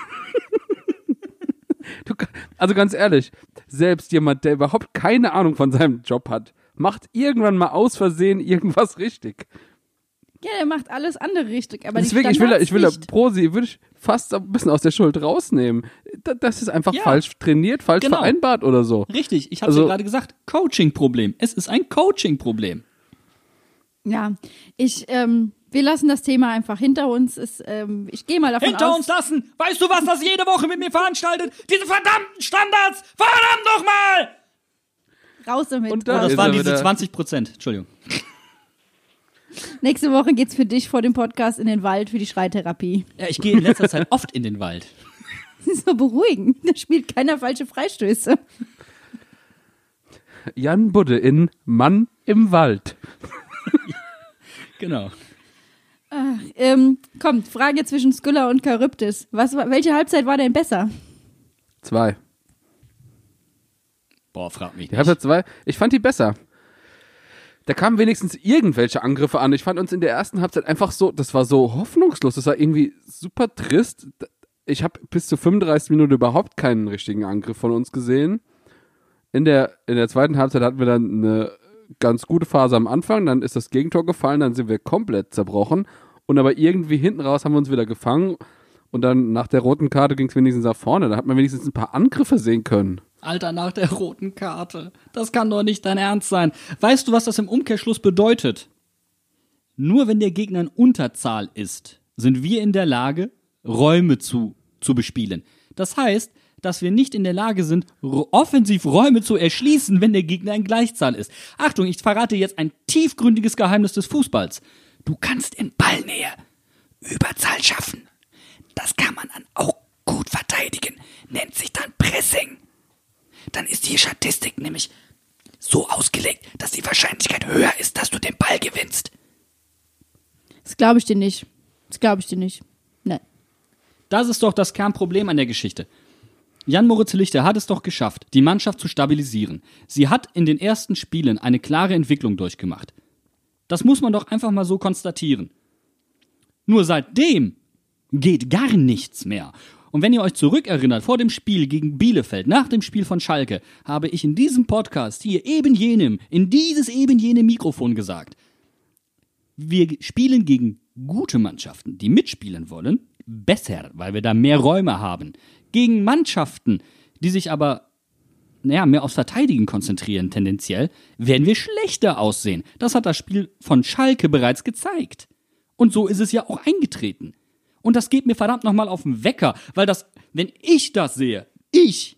du, also ganz ehrlich, selbst jemand, der überhaupt keine Ahnung von seinem Job hat, macht irgendwann mal aus Versehen irgendwas richtig. Ja, der macht alles andere richtig, aber deswegen, die ich will, ich will nicht. Brosi würde ich fast ein bisschen aus der Schuld rausnehmen. Das ist einfach ja. falsch trainiert, falsch genau. vereinbart oder so. Richtig, ich habe also, ja gerade gesagt, Coaching-Problem. Es ist ein Coaching-Problem. Ja, ich, ähm, wir lassen das Thema einfach hinter uns. Es, ähm, ich gehe mal davon hinter aus. Hinter uns lassen? Weißt du, was das jede Woche mit mir veranstaltet? Diese verdammten Standards! Verdammt nochmal! Raus damit. Und da oh, das ist waren er diese wieder. zwanzig Prozent. Entschuldigung. Nächste Woche geht's für dich vor dem Podcast in den Wald für die Schreitherapie. Ja, ich gehe in letzter Zeit oft in den Wald. Das ist so beruhigend. Da spielt keiner falsche Freistöße. Jan Budde in Mann im Wald. Genau. Ach, ähm, komm, Frage zwischen Skylla und Charybdis. Was, welche Halbzeit war denn besser? Zwei. Boah, frag mich Die Halbzeit zwei, ich fand die besser. Da kamen wenigstens irgendwelche Angriffe an. Ich fand uns in der ersten Halbzeit einfach so, das war so hoffnungslos, das war irgendwie super trist. Ich habe bis zur fünfunddreißigsten Minute überhaupt keinen richtigen Angriff von uns gesehen. In der, in der zweiten Halbzeit hatten wir dann eine ganz gute Phase am Anfang, dann ist das Gegentor gefallen, dann sind wir komplett zerbrochen und aber irgendwie hinten raus haben wir uns wieder gefangen Und dann nach der roten Karte ging es wenigstens nach vorne. Da hat man wenigstens ein paar Angriffe sehen können. Alter, nach der roten Karte. Das kann doch nicht dein Ernst sein. Weißt du, was das im Umkehrschluss bedeutet? Nur wenn der Gegner in Unterzahl ist, sind wir in der Lage, Räume zu, zu bespielen. Das heißt, dass wir nicht in der Lage sind, offensiv Räume zu erschließen, wenn der Gegner in Gleichzahl ist. Achtung, ich verrate jetzt ein tiefgründiges Geheimnis des Fußballs. Du kannst in Ballnähe Überzahl schaffen. Das kann man dann auch gut verteidigen. Nennt sich dann Pressing. Dann ist die Statistik nämlich so ausgelegt, dass die Wahrscheinlichkeit höher ist, dass du den Ball gewinnst. Das glaube ich dir nicht. Das glaube ich dir nicht. Nein. Das ist doch das Kernproblem an der Geschichte. Jan-Moritz Lichter hat es doch geschafft, die Mannschaft zu stabilisieren. Sie hat in den ersten Spielen eine klare Entwicklung durchgemacht. Das muss man doch einfach mal so konstatieren. Nur seitdem geht gar nichts mehr. Und wenn ihr euch zurückerinnert, vor dem Spiel gegen Bielefeld, nach dem Spiel von Schalke, habe ich in diesem Podcast hier eben jenem, in dieses eben jene Mikrofon gesagt, wir spielen gegen gute Mannschaften, die mitspielen wollen, besser, weil wir da mehr Räume haben. Gegen Mannschaften, die sich aber naja, mehr aufs Verteidigen konzentrieren tendenziell, werden wir schlechter aussehen. Das hat das Spiel von Schalke bereits gezeigt. Und so ist es ja auch eingetreten. Und das geht mir verdammt nochmal auf den Wecker, weil das, wenn ich das sehe, ich,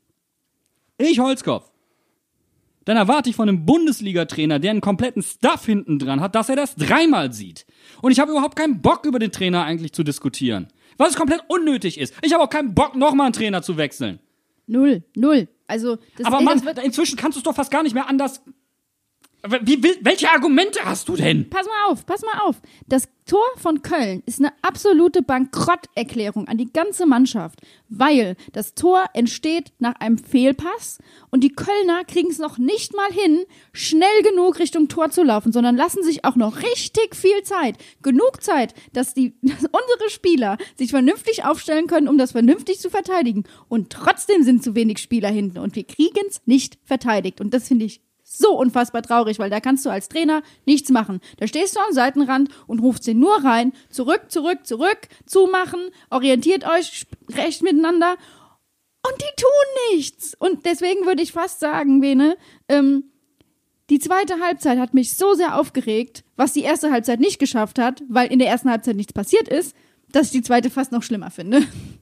ich Holzkopf, dann erwarte ich von einem Bundesliga-Trainer, der einen kompletten Stuff hinten dran hat, dass er das dreimal sieht. Und ich habe überhaupt keinen Bock, über den Trainer eigentlich zu diskutieren. Weil es komplett unnötig ist. Ich habe auch keinen Bock, nochmal einen Trainer zu wechseln. Null, null. Also, das, Aber ey, Mann, das wird, inzwischen kannst du es doch fast gar nicht mehr anders. Wie, wie, welche Argumente hast du denn? pass mal auf, pass mal auf. Das Tor von Köln ist eine absolute Bankrotterklärung an die ganze Mannschaft, weil das Tor entsteht nach einem Fehlpass und die Kölner kriegen es noch nicht mal hin, schnell genug Richtung Tor zu laufen, sondern lassen sich auch noch richtig viel Zeit, genug Zeit, dass, die, dass unsere Spieler sich vernünftig aufstellen können, um das vernünftig zu verteidigen. Und trotzdem sind zu wenig Spieler hinten und wir kriegen es nicht verteidigt. Und das finde ich so unfassbar traurig, weil da kannst du als Trainer nichts machen. Da stehst du am Seitenrand und rufst sie nur rein, zurück, zurück, zurück, zumachen, orientiert euch recht miteinander und die tun nichts. Und deswegen würde ich fast sagen, Bene, ähm, die zweite Halbzeit hat mich so sehr aufgeregt, was die erste Halbzeit nicht geschafft hat, weil in der ersten Halbzeit nichts passiert ist, dass ich die zweite fast noch schlimmer finde.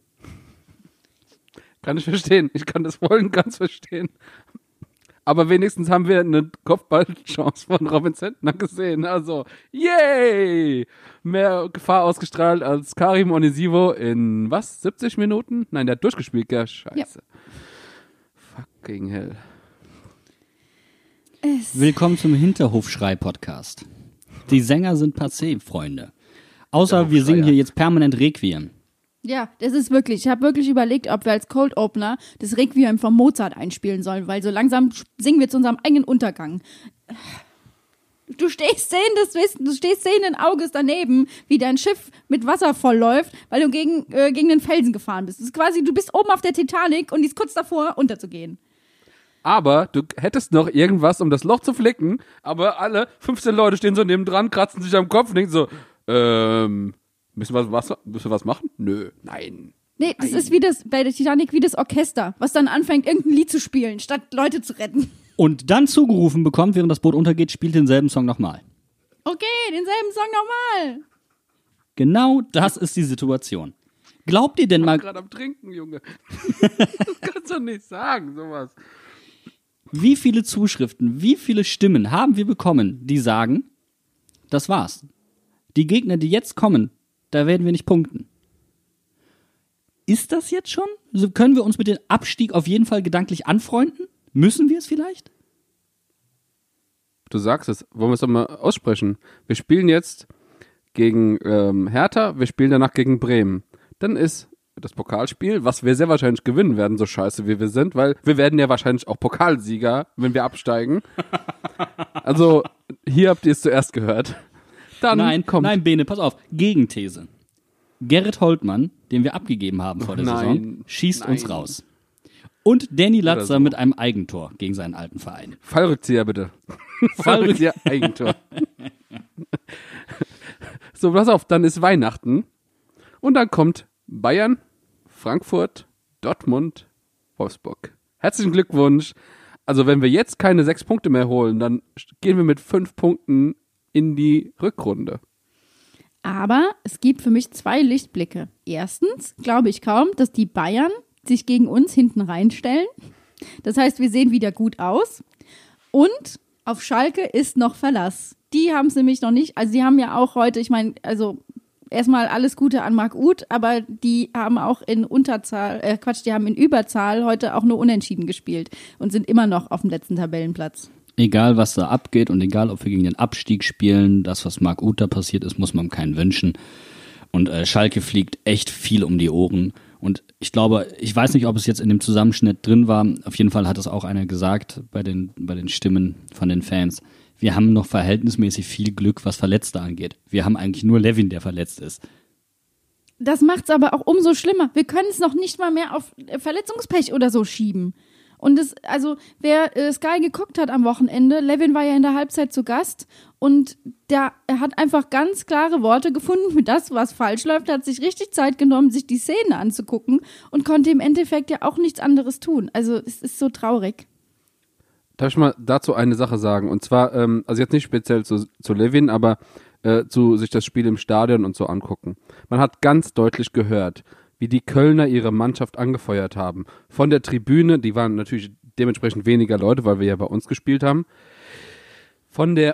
Kann ich verstehen. Ich kann das voll und ganz verstehen. Aber wenigstens haben wir eine Kopfballchance von Robin Zentner gesehen. Also, yay! Mehr Gefahr ausgestrahlt als Karim Onisivo in, was, siebzig Minuten? Nein, der hat durchgespielt, gell? Scheiße. Ja. Fucking hell. Es Willkommen zum Hinterhofschrei-Podcast. Die Sänger sind passé, Freunde. Außer wir singen hier jetzt permanent Requiem. Ja, das ist wirklich, ich habe wirklich überlegt, ob wir als Cold Opener das Requiem von Mozart einspielen sollen, weil so langsam singen wir zu unserem eigenen Untergang. Du stehst sehendes Wissen, du stehst sehenden Auges daneben, wie dein Schiff mit Wasser vollläuft, weil du gegen, äh, gegen den Felsen gefahren bist. Das ist quasi, du bist oben auf der Titanic und die ist kurz davor, unterzugehen. Aber du hättest noch irgendwas, um das Loch zu flicken, aber alle fünfzehn Leute stehen so nebendran, kratzen sich am Kopf und denken so, ähm... Müssen wir was, müssen wir was machen? Nö, nein. Nee, das nein. ist wie das, bei der Titanic wie das Orchester, was dann anfängt, irgendein Lied zu spielen, statt Leute zu retten. Und dann zugerufen bekommt, während das Boot untergeht, spielt denselben Song nochmal. Okay, denselben Song nochmal. Genau das ist die Situation. Glaubt ihr denn Ich mal... bin gerade am Trinken, Junge. Das kannst du nicht sagen, sowas. Wie viele Zuschriften, wie viele Stimmen haben wir bekommen, die sagen, das war's. Die Gegner, die jetzt kommen, da werden wir nicht punkten. Ist das jetzt schon? Also können wir uns mit dem Abstieg auf jeden Fall gedanklich anfreunden? Müssen wir es vielleicht? Du sagst es. Wollen wir es doch mal aussprechen? Wir spielen jetzt gegen ähm, Hertha, wir spielen danach gegen Bremen. Dann ist das Pokalspiel, was wir sehr wahrscheinlich gewinnen werden, so scheiße wie wir sind, weil wir werden ja wahrscheinlich auch Pokalsieger, wenn wir absteigen. Also, hier habt ihr es zuerst gehört. Dann nein, kommt. nein, Bene, pass auf. Gegenthese. Gerrit Holtmann, den wir abgegeben haben vor der Nein, Saison, schießt nein. uns raus. Und Danny Latzer so. mit einem Eigentor gegen seinen alten Verein. Fallrückzieher bitte. Fallrückzieher, Eigentor. So, pass auf, dann ist Weihnachten und dann kommt Bayern, Frankfurt, Dortmund, Wolfsburg. Herzlichen Glückwunsch. Also wenn wir jetzt keine sechs Punkte mehr holen, dann gehen wir mit fünf Punkten in die Rückrunde. Aber es gibt für mich zwei Lichtblicke. Erstens glaube ich kaum, dass die Bayern sich gegen uns hinten reinstellen. Das heißt, wir sehen wieder gut aus. Und auf Schalke ist noch Verlass. Die haben es nämlich noch nicht. Also die haben ja auch heute, ich meine, also erstmal alles Gute an Marc Uth, aber die haben auch in Unterzahl, äh Quatsch, die haben in Überzahl heute auch nur unentschieden gespielt und sind immer noch auf dem letzten Tabellenplatz. Egal, was da abgeht und egal, ob wir gegen den Abstieg spielen, das, was Marc Uth da passiert ist, muss man keinen wünschen. Und äh, Schalke fliegt echt viel um die Ohren. Und ich glaube, ich weiß nicht, ob es jetzt in dem Zusammenschnitt drin war, auf jeden Fall hat es auch einer gesagt bei den, bei den Stimmen von den Fans. Wir haben noch verhältnismäßig viel Glück, was Verletzte angeht. Wir haben eigentlich nur Levin, der verletzt ist. Das macht's aber auch umso schlimmer. Wir können es noch nicht mal mehr auf Verletzungspech oder so schieben. Und es, also, wer äh, Sky geguckt hat am Wochenende, Levin war ja in der Halbzeit zu Gast und der, er hat einfach ganz klare Worte gefunden für das, was falsch läuft, hat sich richtig Zeit genommen, sich die Szene anzugucken und konnte im Endeffekt ja auch nichts anderes tun. Also, es ist so traurig. Darf ich mal dazu eine Sache sagen? Und zwar, ähm, also jetzt nicht speziell zu, zu Levin, aber äh, zu sich das Spiel im Stadion und so angucken. Man hat ganz deutlich gehört, wie die Kölner ihre Mannschaft angefeuert haben. Von der Tribüne, die waren natürlich dementsprechend weniger Leute, weil wir ja bei uns gespielt haben. Von der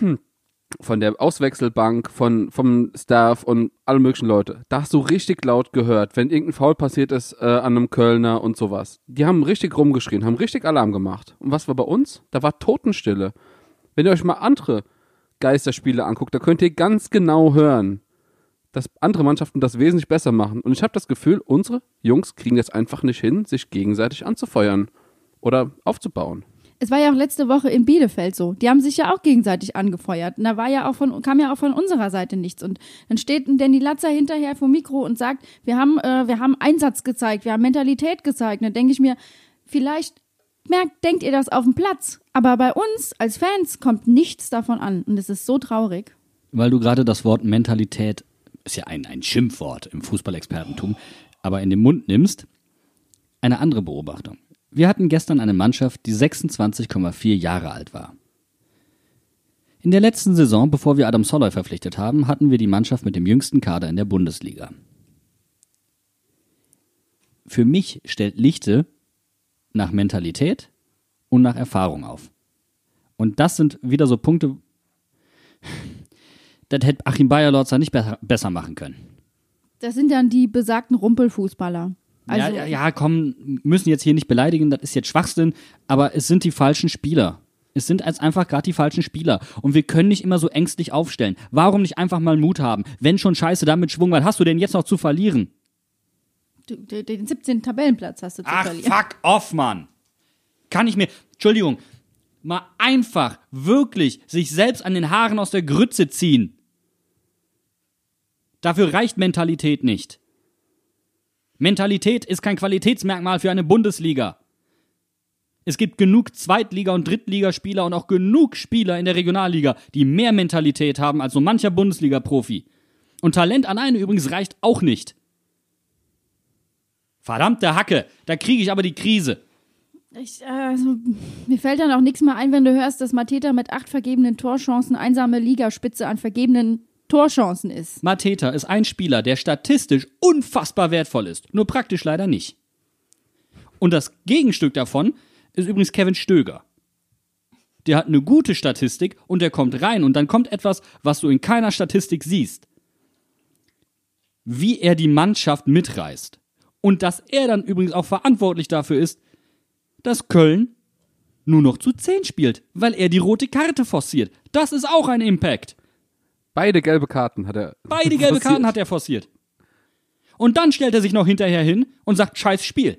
von der Auswechselbank, von vom Staff und alle möglichen Leute. Da hast du richtig laut gehört, wenn irgendein Foul passiert ist äh, an einem Kölner und sowas. Die haben richtig rumgeschrien, haben richtig Alarm gemacht. Und was war bei uns? Da war Totenstille. Wenn ihr euch mal andere Geisterspiele anguckt, da könnt ihr ganz genau hören, dass andere Mannschaften das wesentlich besser machen. Und ich habe das Gefühl, unsere Jungs kriegen jetzt einfach nicht hin, sich gegenseitig anzufeuern oder aufzubauen. Es war ja auch letzte Woche in Bielefeld so. Die haben sich ja auch gegenseitig angefeuert. Und da war ja auch von, kam ja auch von unserer Seite nichts. Und dann steht ein Danny Latzer hinterher vom Mikro und sagt, wir haben, äh, wir haben Einsatz gezeigt, wir haben Mentalität gezeigt. Und dann denke ich mir, vielleicht merkt, denkt ihr das auf dem Platz. Aber bei uns als Fans kommt nichts davon an. Und es ist so traurig. Weil du gerade das Wort Mentalität, ist ja ein, ein Schimpfwort im Fußballexpertentum, aber in den Mund nimmst, eine andere Beobachtung. Wir hatten gestern eine Mannschaft, die sechsundzwanzig Komma vier Jahre alt war. In der letzten Saison, bevor wir Adam Soloy verpflichtet haben, hatten wir die Mannschaft mit dem jüngsten Kader in der Bundesliga. Für mich stellt Lichte nach Mentalität und nach Erfahrung auf. Und das sind wieder so Punkte, das hätte Achim Beierlorzer nicht be- besser machen können. Das sind dann die besagten Rumpelfußballer. Also ja, ja, ja, komm, müssen jetzt hier nicht beleidigen, das ist jetzt Schwachsinn, aber es sind die falschen Spieler. Es sind jetzt einfach gerade die falschen Spieler. Und wir können nicht immer so ängstlich aufstellen. Warum nicht einfach mal Mut haben? Wenn schon Scheiße, dann mit Schwung, was hast du denn jetzt noch zu verlieren? Du, den siebzehnten Tabellenplatz hast du zu Ach, verlieren. fuck off, Mann. Kann ich mir, Entschuldigung, mal einfach wirklich sich selbst an den Haaren aus der Grütze ziehen. Dafür reicht Mentalität nicht. Mentalität ist kein Qualitätsmerkmal für eine Bundesliga. Es gibt genug Zweitliga- und Drittligaspieler und auch genug Spieler in der Regionalliga, die mehr Mentalität haben als so mancher Bundesliga-Profi. Und Talent an eine übrigens reicht auch nicht. Verdammte Hacke, da kriege ich aber die Krise. Ich, also, mir fällt dann auch nichts mehr ein, wenn du hörst, dass Mateta mit acht vergebenen Torchancen einsame Ligaspitze an vergebenen Torchancen ist. Mateta ist ein Spieler, der statistisch unfassbar wertvoll ist, nur praktisch leider nicht. Und das Gegenstück davon ist übrigens Kevin Stöger. Der hat eine gute Statistik und der kommt rein und dann kommt etwas, was du in keiner Statistik siehst. Wie er die Mannschaft mitreißt. Und dass er dann übrigens auch verantwortlich dafür ist, dass Köln nur noch zu zehn spielt, weil er die rote Karte forciert. Das ist auch ein Impact. Beide gelbe Karten hat er Beide gelbe forciert. Karten hat er forciert. Und dann stellt er sich noch hinterher hin und sagt, scheiß Spiel.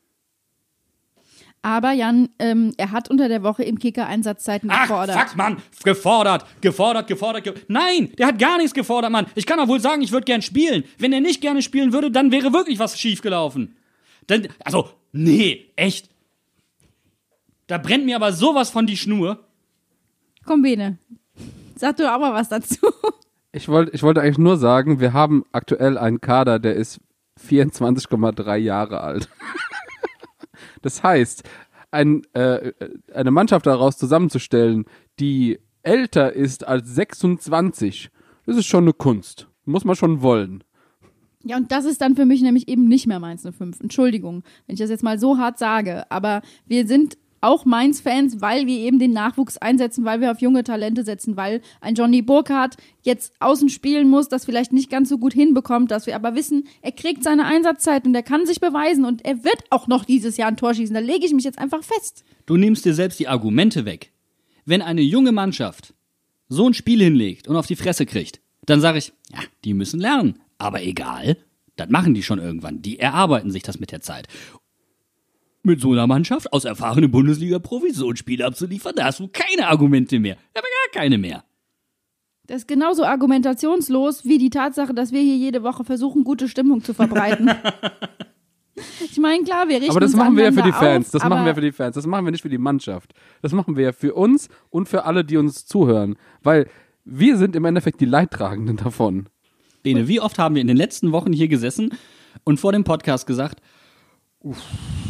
Aber Jan, ähm, er hat unter der Woche im Kicker Einsatzzeiten Ach, gefordert. fuck, Mann, gefordert, gefordert, gefordert, gefordert. Nein, der hat gar nichts gefordert, Mann. Ich kann doch wohl sagen, ich würde gern spielen. Wenn er nicht gerne spielen würde, dann wäre wirklich was schiefgelaufen. Dann, also, nee, echt. Da brennt mir aber sowas von die Schnur. Komm, Bene, sag du auch mal was dazu. Ich wollte ich wollte eigentlich nur sagen, wir haben aktuell einen Kader, der ist vierundzwanzig Komma drei Jahre alt. Das heißt, ein, äh, eine Mannschaft daraus zusammenzustellen, die älter ist als sechsundzwanzig, das ist schon eine Kunst. Muss man schon wollen. Ja, und das ist dann für mich nämlich eben nicht mehr Mainz null fünf. Entschuldigung, wenn ich das jetzt mal so hart sage. Aber wir sind auch Mainz-Fans, weil wir eben den Nachwuchs einsetzen, weil wir auf junge Talente setzen, weil ein Johnny Burkhardt jetzt außen spielen muss, das vielleicht nicht ganz so gut hinbekommt, dass wir aber wissen, er kriegt seine Einsatzzeit und er kann sich beweisen und er wird auch noch dieses Jahr ein Tor schießen. Da lege ich mich jetzt einfach fest. Du nimmst dir selbst die Argumente weg. Wenn eine junge Mannschaft so ein Spiel hinlegt und auf die Fresse kriegt, dann sage ich, ja, die müssen lernen. Aber egal, das machen die schon irgendwann. Die erarbeiten sich das mit der Zeit. Mit so einer Mannschaft aus erfahrenen Bundesliga-Profis so ein Spiel abzuliefern, da hast du keine Argumente mehr. Aber gar keine mehr. Das ist genauso argumentationslos wie die Tatsache, dass wir hier jede Woche versuchen, gute Stimmung zu verbreiten. Ich meine, klar, wir richten Aber das uns machen wir ja für die aneinander Fans. auf, Das machen wir für die Fans. Das machen wir nicht für die Mannschaft. Das machen wir ja für uns und für alle, die uns zuhören. Weil wir sind im Endeffekt die Leidtragenden davon. Bene, wie oft haben wir in den letzten Wochen hier gesessen und vor dem Podcast gesagt, uff,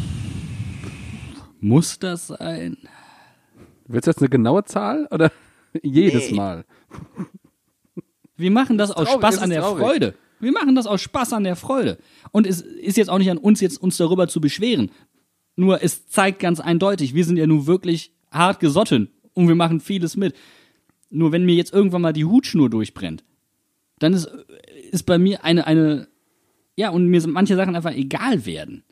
muss das sein? Willst du jetzt eine genaue Zahl oder jedes Nee. Mal? Wir machen das aus Traurig, Spaß es an ist der traurig. Freude. Wir machen das aus Spaß an der Freude. Und es ist jetzt auch nicht an uns, jetzt uns darüber zu beschweren. Nur es zeigt ganz eindeutig, wir sind ja nun wirklich hart gesotten und wir machen vieles mit. Nur wenn mir jetzt irgendwann mal die Hutschnur durchbrennt, dann ist, ist bei mir eine, eine, ja, und mir sind manche Sachen einfach egal werden.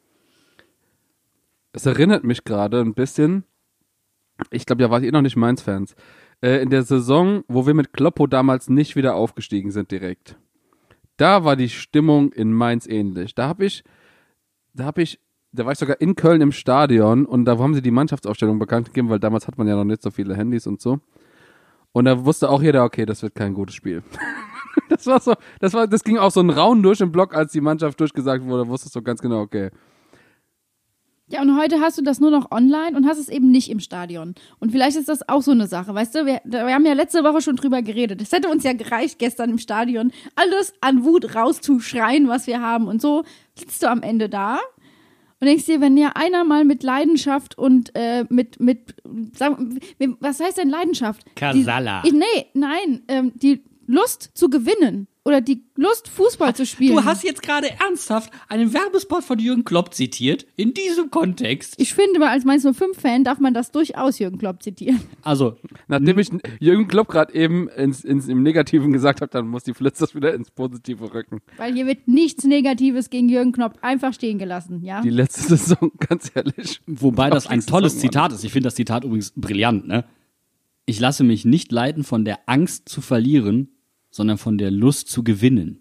Es erinnert mich gerade ein bisschen, ich glaube, ja, wart ihr noch nicht Mainz-Fans, äh, in der Saison, wo wir mit Kloppo damals nicht wieder aufgestiegen sind direkt. Da war die Stimmung in Mainz ähnlich. Da habe ich, da habe ich, da war ich sogar in Köln im Stadion und da haben sie die Mannschaftsaufstellung bekannt gegeben, weil damals hat man ja noch nicht so viele Handys und so. Und da wusste auch jeder, okay, das wird kein gutes Spiel. Das war so, das war, das ging auch so ein Raun durch den Block, als die Mannschaft durchgesagt wurde, wusstest du ganz genau, okay. Ja, und heute hast du das nur noch online und hast es eben nicht im Stadion. Und vielleicht ist das auch so eine Sache, weißt du? Wir, wir haben ja letzte Woche schon drüber geredet. Es hätte uns ja gereicht, gestern im Stadion alles an Wut rauszuschreien, was wir haben. Und so sitzt du am Ende da und denkst dir, wenn ja einer mal mit Leidenschaft und äh, mit, mit, sag, was heißt denn Leidenschaft? Kasala. Die, nee, nein, ähm, die Lust zu gewinnen. Oder die Lust, Fußball zu spielen. Du hast jetzt gerade ernsthaft einen Werbespot von Jürgen Klopp zitiert, in diesem Kontext. Ich finde, als Mainz null fünf Fan darf man das durchaus Jürgen Klopp zitieren. Also, Nachdem ich Jürgen Klopp gerade eben ins, ins, im Negativen gesagt habe, dann muss die Flitz das wieder ins Positive rücken. Weil hier wird nichts Negatives gegen Jürgen Klopp einfach stehen gelassen, ja? Die letzte Saison, ganz ehrlich. wobei das ein nächste tolles Saison, Zitat ist. Ich finde das Zitat übrigens brillant, ne? Ich lasse mich nicht leiten von der Angst zu verlieren, sondern von der Lust zu gewinnen.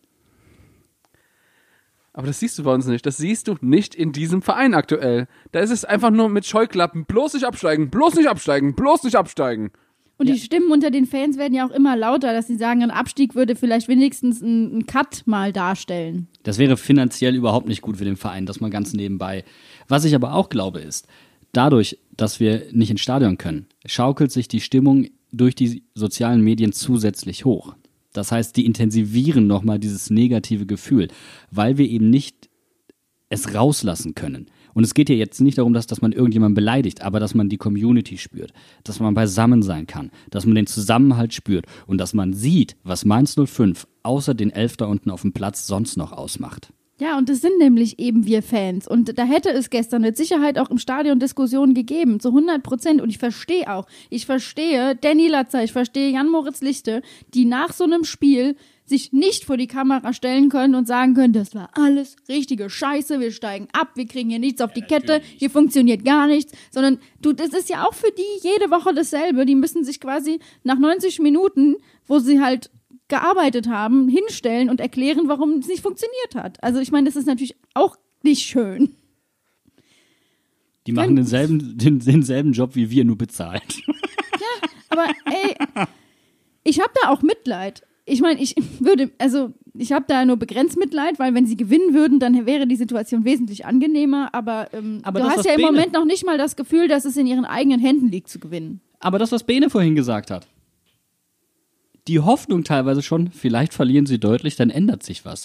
Aber das siehst du bei uns nicht. Das siehst du nicht in diesem Verein aktuell. Da ist es einfach nur mit Scheuklappen. Bloß nicht absteigen, bloß nicht absteigen, bloß nicht absteigen. Und die Stimmen unter den Fans werden ja auch immer lauter, dass sie sagen, ein Abstieg würde vielleicht wenigstens einen Cut mal darstellen. Das wäre finanziell überhaupt nicht gut für den Verein, das mal ganz nebenbei. Was ich aber auch glaube ist, dadurch, dass wir nicht ins Stadion können, schaukelt sich die Stimmung durch die sozialen Medien zusätzlich hoch. Das heißt, die intensivieren nochmal dieses negative Gefühl, weil wir eben nicht es rauslassen können. Und es geht ja jetzt nicht darum, dass, dass man irgendjemanden beleidigt, aber dass man die Community spürt, dass man beisammen sein kann, dass man den Zusammenhalt spürt und dass man sieht, was Mainz null fünf außer den Elf da unten auf dem Platz sonst noch ausmacht. Ja, und das sind nämlich eben wir Fans. Und da hätte es gestern mit Sicherheit auch im Stadion Diskussionen gegeben, zu hundert Prozent. Und ich verstehe auch, ich verstehe Danny Latzer, ich verstehe Jan-Moritz Lichte, die nach so einem Spiel sich nicht vor die Kamera stellen können und sagen können, das war alles richtige Scheiße, wir steigen ab, wir kriegen hier nichts auf die Kette, hier funktioniert gar nichts. Sondern du, das ist ja auch für die jede Woche dasselbe. Die müssen sich quasi nach neunzig Minuten, wo sie halt gearbeitet haben, hinstellen und erklären, warum es nicht funktioniert hat. Also ich meine, das ist natürlich auch nicht schön. Die machen denselben, den, denselben Job wie wir, nur bezahlt. Ja, aber ey, ich habe da auch Mitleid. Ich meine, ich würde, also ich habe da nur begrenzt Mitleid, weil wenn sie gewinnen würden, dann wäre die Situation wesentlich angenehmer. Aber, ähm, Aber du das, hast was ja im Bene- Moment noch nicht mal das Gefühl, dass es in ihren eigenen Händen liegt zu gewinnen. Aber das, was Bene vorhin gesagt hat, die Hoffnung teilweise schon, vielleicht verlieren sie deutlich, dann ändert sich was.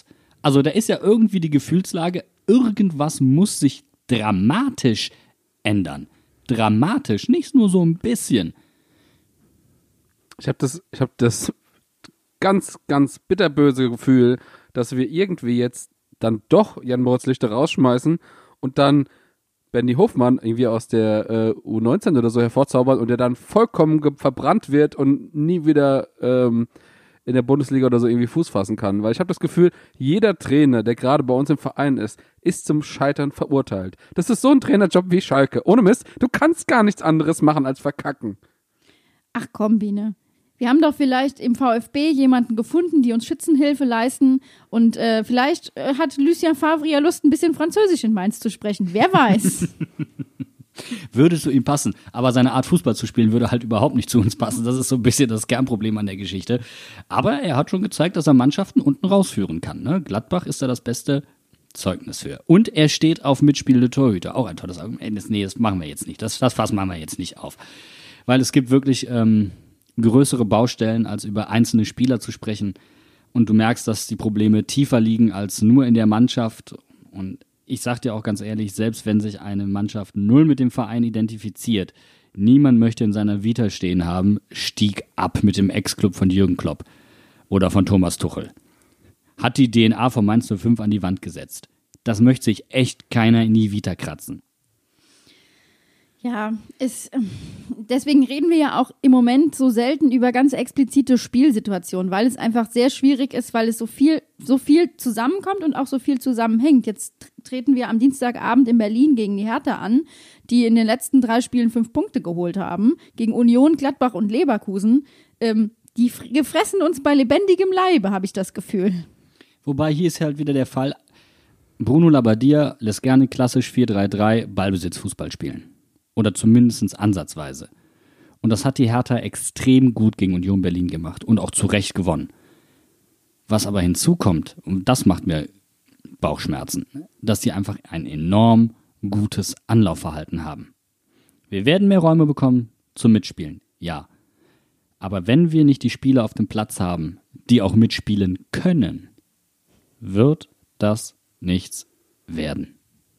Also da ist ja irgendwie die Gefühlslage, irgendwas muss sich dramatisch ändern. Dramatisch, nicht nur so ein bisschen. Ich habe das, ich habe das ganz, ganz bitterböse Gefühl, dass wir irgendwie jetzt dann doch Jan Moritz Lichter rausschmeißen und dann Benny Hofmann irgendwie aus der äh, U neunzehn oder so hervorzaubern und der dann vollkommen ge- verbrannt wird und nie wieder ähm, in der Bundesliga oder so irgendwie Fuß fassen kann. Weil ich habe das Gefühl, jeder Trainer, der gerade bei uns im Verein ist, ist zum Scheitern verurteilt. Das ist so ein Trainerjob wie Schalke. Ohne Mist, du kannst gar nichts anderes machen als verkacken. Ach komm, Biene. Wir haben doch vielleicht im VfB jemanden gefunden, die uns Schützenhilfe leisten und äh, vielleicht äh, hat Lucien Favre ja Lust, ein bisschen Französisch in Mainz zu sprechen. Wer weiß. Würde zu ihm passen, aber seine Art Fußball zu spielen würde halt überhaupt nicht zu uns passen. Das ist so ein bisschen das Kernproblem an der Geschichte. Aber er hat schon gezeigt, dass er Mannschaften unten rausführen kann. Ne? Gladbach ist da das beste Zeugnis für. Und er steht auf mitspielende Torhüter. Auch ein tolles Argument. Nee, das machen wir jetzt nicht. Das, das Fass machen wir jetzt nicht auf. Weil es gibt wirklich ähm, größere Baustellen, als über einzelne Spieler zu sprechen. Und du merkst, dass die Probleme tiefer liegen als nur in der Mannschaft. Und ich sag dir auch ganz ehrlich, selbst wenn sich eine Mannschaft null mit dem Verein identifiziert, niemand möchte in seiner Vita stehen haben, stieg ab mit dem Ex-Club von Jürgen Klopp oder von Thomas Tuchel. Hat die D N A von Mainz null fünf an die Wand gesetzt. Das möchte sich echt keiner in die Vita kratzen. Ja, es, deswegen reden wir ja auch im Moment so selten über ganz explizite Spielsituationen, weil es einfach sehr schwierig ist, weil es so viel, so viel zusammenkommt und auch so viel zusammenhängt. Jetzt treten wir am Dienstagabend in Berlin gegen die Hertha an, die in den letzten drei Spielen fünf Punkte geholt haben, gegen Union, Gladbach und Leverkusen. Ähm, die f- gefressen uns bei lebendigem Leibe, habe ich das Gefühl. Wobei hier ist halt wieder der Fall, Bruno Labbadia lässt gerne klassisch vier drei drei Ballbesitz-Fußball spielen. Oder zumindest ansatzweise. Und das hat die Hertha extrem gut gegen Union Berlin gemacht und auch zu Recht gewonnen. Was aber hinzukommt, und das macht mir Bauchschmerzen, dass die einfach ein enorm gutes Anlaufverhalten haben. Wir werden mehr Räume bekommen zum Mitspielen, ja. Aber wenn wir nicht die Spieler auf dem Platz haben, die auch mitspielen können, wird das nichts werden.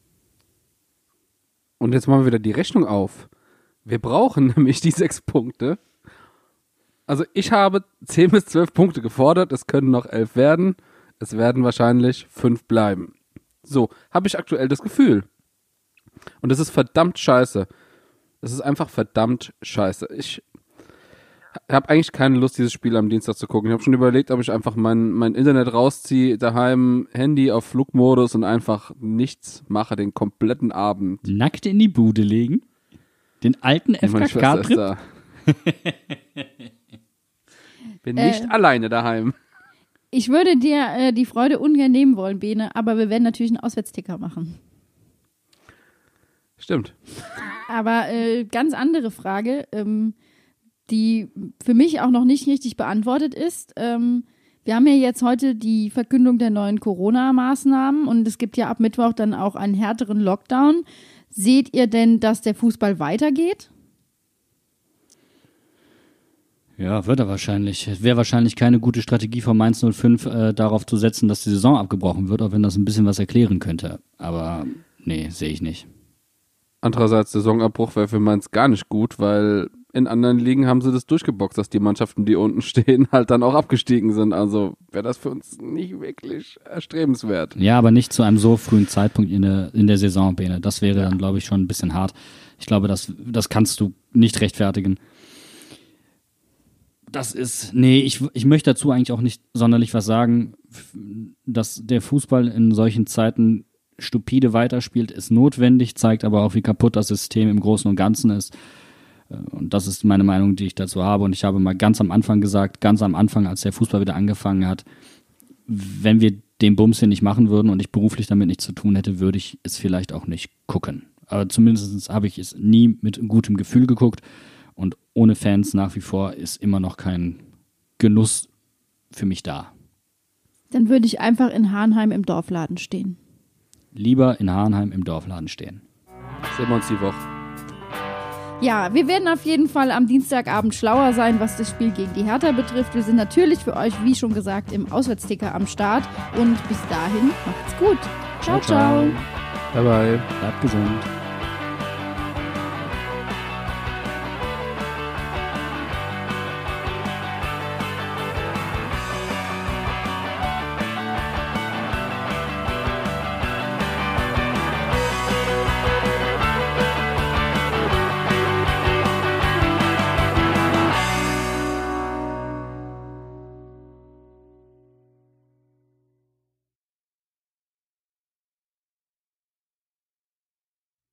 Und jetzt machen wir wieder die Rechnung auf. Wir brauchen nämlich die sechs Punkte. Also ich habe zehn bis zwölf Punkte gefordert. Es können noch elf werden. Es werden wahrscheinlich fünf bleiben. So, habe ich aktuell das Gefühl. Und das ist verdammt scheiße. Das ist einfach verdammt scheiße. Ich habe eigentlich keine Lust, dieses Spiel am Dienstag zu gucken. Ich habe schon überlegt, ob ich einfach mein, mein Internet rausziehe, daheim Handy auf Flugmodus und einfach nichts mache, den kompletten Abend. Nackt in die Bude legen? Den alten F Meine K Schwester ist K-Trip? da. Bin nicht Äh. alleine daheim. Ich würde dir äh, die Freude ungern nehmen wollen, Bene, aber wir werden natürlich einen Auswärtsticker machen. Stimmt. Aber äh, ganz andere Frage, ähm, die für mich auch noch nicht richtig beantwortet ist. Ähm, wir haben ja jetzt heute die Verkündung der neuen Corona-Maßnahmen und es gibt ja ab Mittwoch dann auch einen härteren Lockdown. Seht ihr denn, dass der Fußball weitergeht? Ja, wird er wahrscheinlich. Es wäre wahrscheinlich keine gute Strategie von Mainz null fünf, äh, darauf zu setzen, dass die Saison abgebrochen wird, auch wenn das ein bisschen was erklären könnte. Aber nee, sehe ich nicht. Andererseits, Saisonabbruch wäre für Mainz gar nicht gut, weil in anderen Ligen haben sie das durchgeboxt, dass die Mannschaften, die unten stehen, halt dann auch abgestiegen sind. Also wäre das für uns nicht wirklich erstrebenswert. Ja, aber nicht zu einem so frühen Zeitpunkt in der, in der Saison, Bene. Das wäre dann, glaube ich, schon ein bisschen hart. Ich glaube, das, das kannst du nicht rechtfertigen. Das ist, nee, ich, ich möchte dazu eigentlich auch nicht sonderlich was sagen. Dass der Fußball in solchen Zeiten stupide weiterspielt, ist notwendig, zeigt aber auch, wie kaputt das System im Großen und Ganzen ist. Und das ist meine Meinung, die ich dazu habe. Und ich habe mal ganz am Anfang gesagt, ganz am Anfang, als der Fußball wieder angefangen hat, wenn wir den Bums hier nicht machen würden und ich beruflich damit nichts zu tun hätte, würde ich es vielleicht auch nicht gucken. Aber zumindest habe ich es nie mit gutem Gefühl geguckt. Und ohne Fans nach wie vor ist immer noch kein Genuss für mich da. Dann würde ich einfach in Hahnheim im Dorfladen stehen. Lieber in Hahnheim im Dorfladen stehen. Sehen wir uns die Woche. Ja, wir werden auf jeden Fall am Dienstagabend schlauer sein, was das Spiel gegen die Hertha betrifft. Wir sind natürlich für euch, wie schon gesagt, im Auswärtsticker am Start. Und bis dahin, macht's gut. Ciao, ciao. Bye, bye. Bleibt gesund.